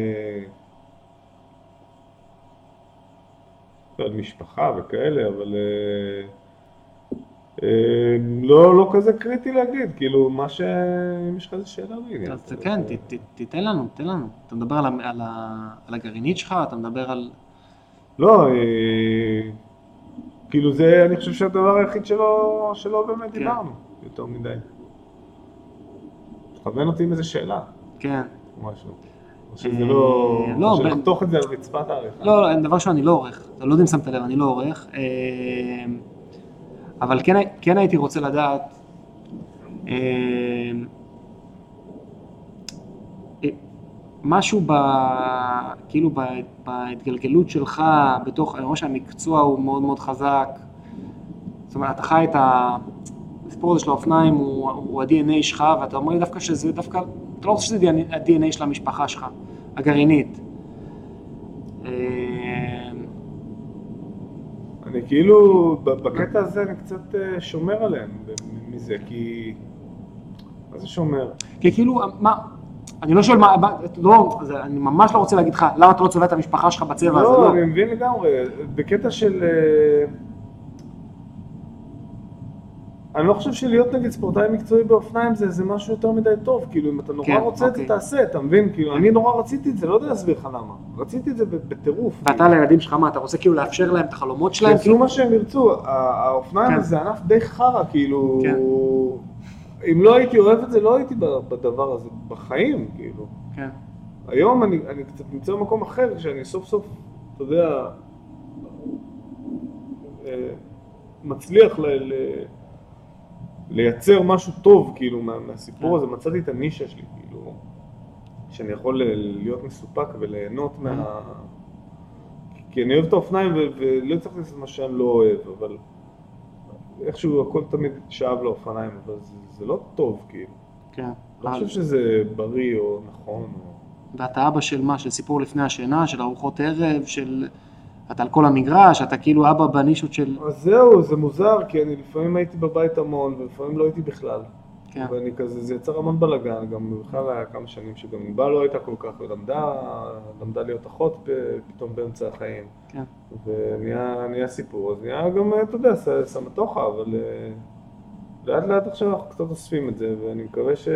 על משפחה וכאלה, אבל לא, לא כזה קריטי להגיד, כאילו, מה ש... אם יש לך איזה שאלה בעניין. אז כן, תיתן לנו, תיתן לנו. אתה מדבר על הגרעינית שלך, אתה מדבר על... לא, כאילו זה, אני חושב שהדבר היחיד שלא, שלא באמת דיברנו, יותר מדי. תכוון אותי עם איזה שאלה. כן. משהו. או שזה לא... או שלחתוך את זה על רצפת העריכה. לא, דבר שלו, אני לא עורך. אתה לא יודע אם שמת לב, אני לא עורך. אבל כן הייתי רוצה לדעת, משהו ב... כאילו בהתגלגלות שלך, בתוך, אני רואה שהמקצוע הוא מאוד מאוד חזק. זאת אומרת, אתה חי את הסיפור הזה של האופניים, הוא, הוא ה-די אן איי שלך, ואתה אומר לי דווקא שזה דווקא, אתה לא רוצה שזה ה-די אן איי של המשפחה שלך, הגרעינית. אני כאילו, בקטע הזה אני קצת שומר עליהם מזה, כי... מה זה שומר? כי כאילו, מה... אני לא שואל מה, לא, אני ממש לא רוצה להגיד לך, למה אתה לא צובע את המשפחה שלך בצבע הזה, לא? לא, אני מבין לגמרי, בקטע של... אני לא חושב שלהיות נגיד ספורטאי מקצועי באופניים זה, זה משהו יותר מדי טוב, כאילו אם אתה נורא כן, רוצה אוקיי. את זה תעשה, אתה מבין? כאילו אני נורא רציתי את זה, לא יודע להסביר לך למה, רציתי את זה בטירוף. ואתה כאילו. לילדים שלך מה, אתה רוצה כאילו לאפשר להם את החלומות שלהם? שיעשו מה שהם ירצו, האופניים כן. זה ענף די חרא, כאילו... כן. אם לא הייתי אוהב את זה, לא הייתי בדבר הזה, בחיים, כאילו. כן. היום אני, אני קצת נמצא במקום אחר, שאני סוף סוף, אתה יודע, מצליח ל... ל לייצר משהו טוב, כאילו, מה, מהסיפור הזה, מצאתי את הנישה שלי, כאילו, שאני יכול להיות מסופק וליהנות מה... כי אני אוהב את האופניים ולא צריך לעשות מה שאני לא אוהב, אבל איכשהו הכל תמיד שאב לאופניים, אבל זה, זה לא טוב, כאילו. כן. לא חושב שזה בריא או נכון. או... ואתה אבא של מה? של סיפור לפני השינה, של ארוחות ערב, של... אתה על כל המגרש, אתה כאילו אבא בנישות של... אז זהו, זה מוזר, כי אני לפעמים הייתי בבית המון, ולפעמים לא הייתי בכלל. כן. ואני כזה, זה יצר המון בלגן, גם בכלל היה כמה שנים שגם אימא לא הייתה כל כך, ולמדה, למדה להיות אחות פתאום באמצע החיים. כן. ונהיה סיפור, אז נהיה גם, אתה יודע, סמטוחה, אבל לאט לאט עכשיו אנחנו קצת אוספים את זה, ואני מקווה ש...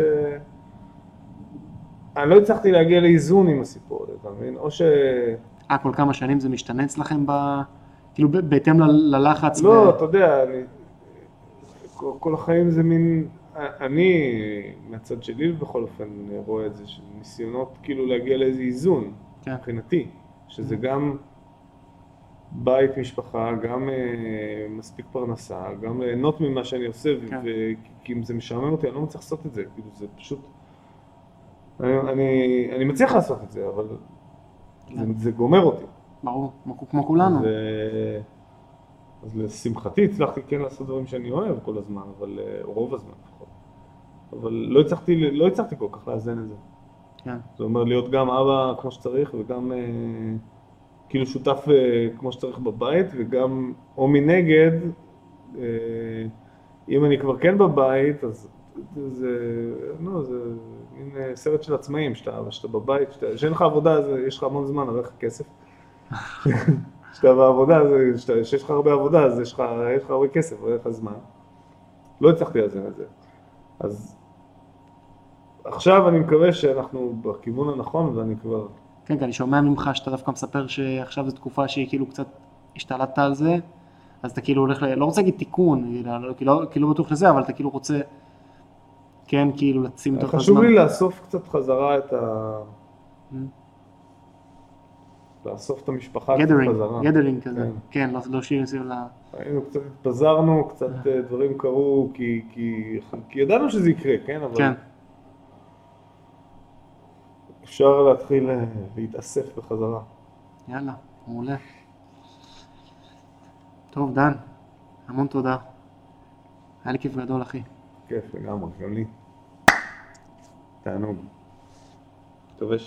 אני לא הצלחתי להגיע לאיזון עם הסיפור הזה, אתה מבין? או ש... אה, כל כמה שנים זה משתנץ לכם ב... כאילו בהתאם ללחץ? לא, ו... אתה יודע, אני... כל, כל החיים זה מין... אני, מהצד שלי בכל אופן, רואה את זה, ניסיונות כאילו להגיע לאיזה איזון, כן. מבחינתי, שזה גם בית משפחה, גם אה, מספיק פרנסה, גם ליהנות ממה שאני עושה, כן. וכי אם זה משעמם אותי, אני לא מצליח לעשות את זה, כאילו זה פשוט... אני, אני, אני מצליח לעשות את זה, אבל... זה, זה גומר אותי. ברור, כמו כולנו. ו... אז לשמחתי הצלחתי כן לעשות דברים שאני אוהב כל הזמן, אבל רוב הזמן לפחות. אבל לא הצלחתי, לא הצלחתי כל כך לאזן את זה. כן. זאת אומרת, להיות גם אבא כמו שצריך וגם אה, כאילו שותף אה, כמו שצריך בבית, וגם, או מנגד, אה, אם אני כבר כן בבית, אז זה, לא, זה מין סרט של עצמאים, שאתה, שאתה בבית, שאתה, שאין לך עבודה, אז יש לך המון זמן, הרי לך כסף. שאתה בעבודה, שיש לך הרבה עבודה, אז יש לך, יש לך הרבה כסף, הרי לך זמן. לא הצלחתי לאזן את זה. אז עכשיו אני מקווה שאנחנו בכיוון הנכון, ואני כבר... כן, כן, אני שומע ממך שאתה דווקא מספר שעכשיו זו תקופה שהיא כאילו קצת השתלטת על זה, אז אתה כאילו הולך, ל... לא רוצה להגיד תיקון, כי לא, כי לא בטוח לזה, אבל אתה כאילו רוצה, כן, כאילו לשים יותר הזמן. חשוב לי לאסוף קצת חזרה את ה... לאסוף את המשפחה קצת חזרה. גדרינג כזה, כן, לא, לא שירים סביב ל... היינו קצת, התפזרנו, קצת דברים קרו, כי, כי, כי ידענו שזה יקרה, כן? אבל... כן. אפשר להתחיל להתאסף בחזרה. יאללה, מעולה. טוב, דן, המון תודה. היה לי כיף גדול, אחי. כיף, לגמרי, גם לי. תענוג. טוב,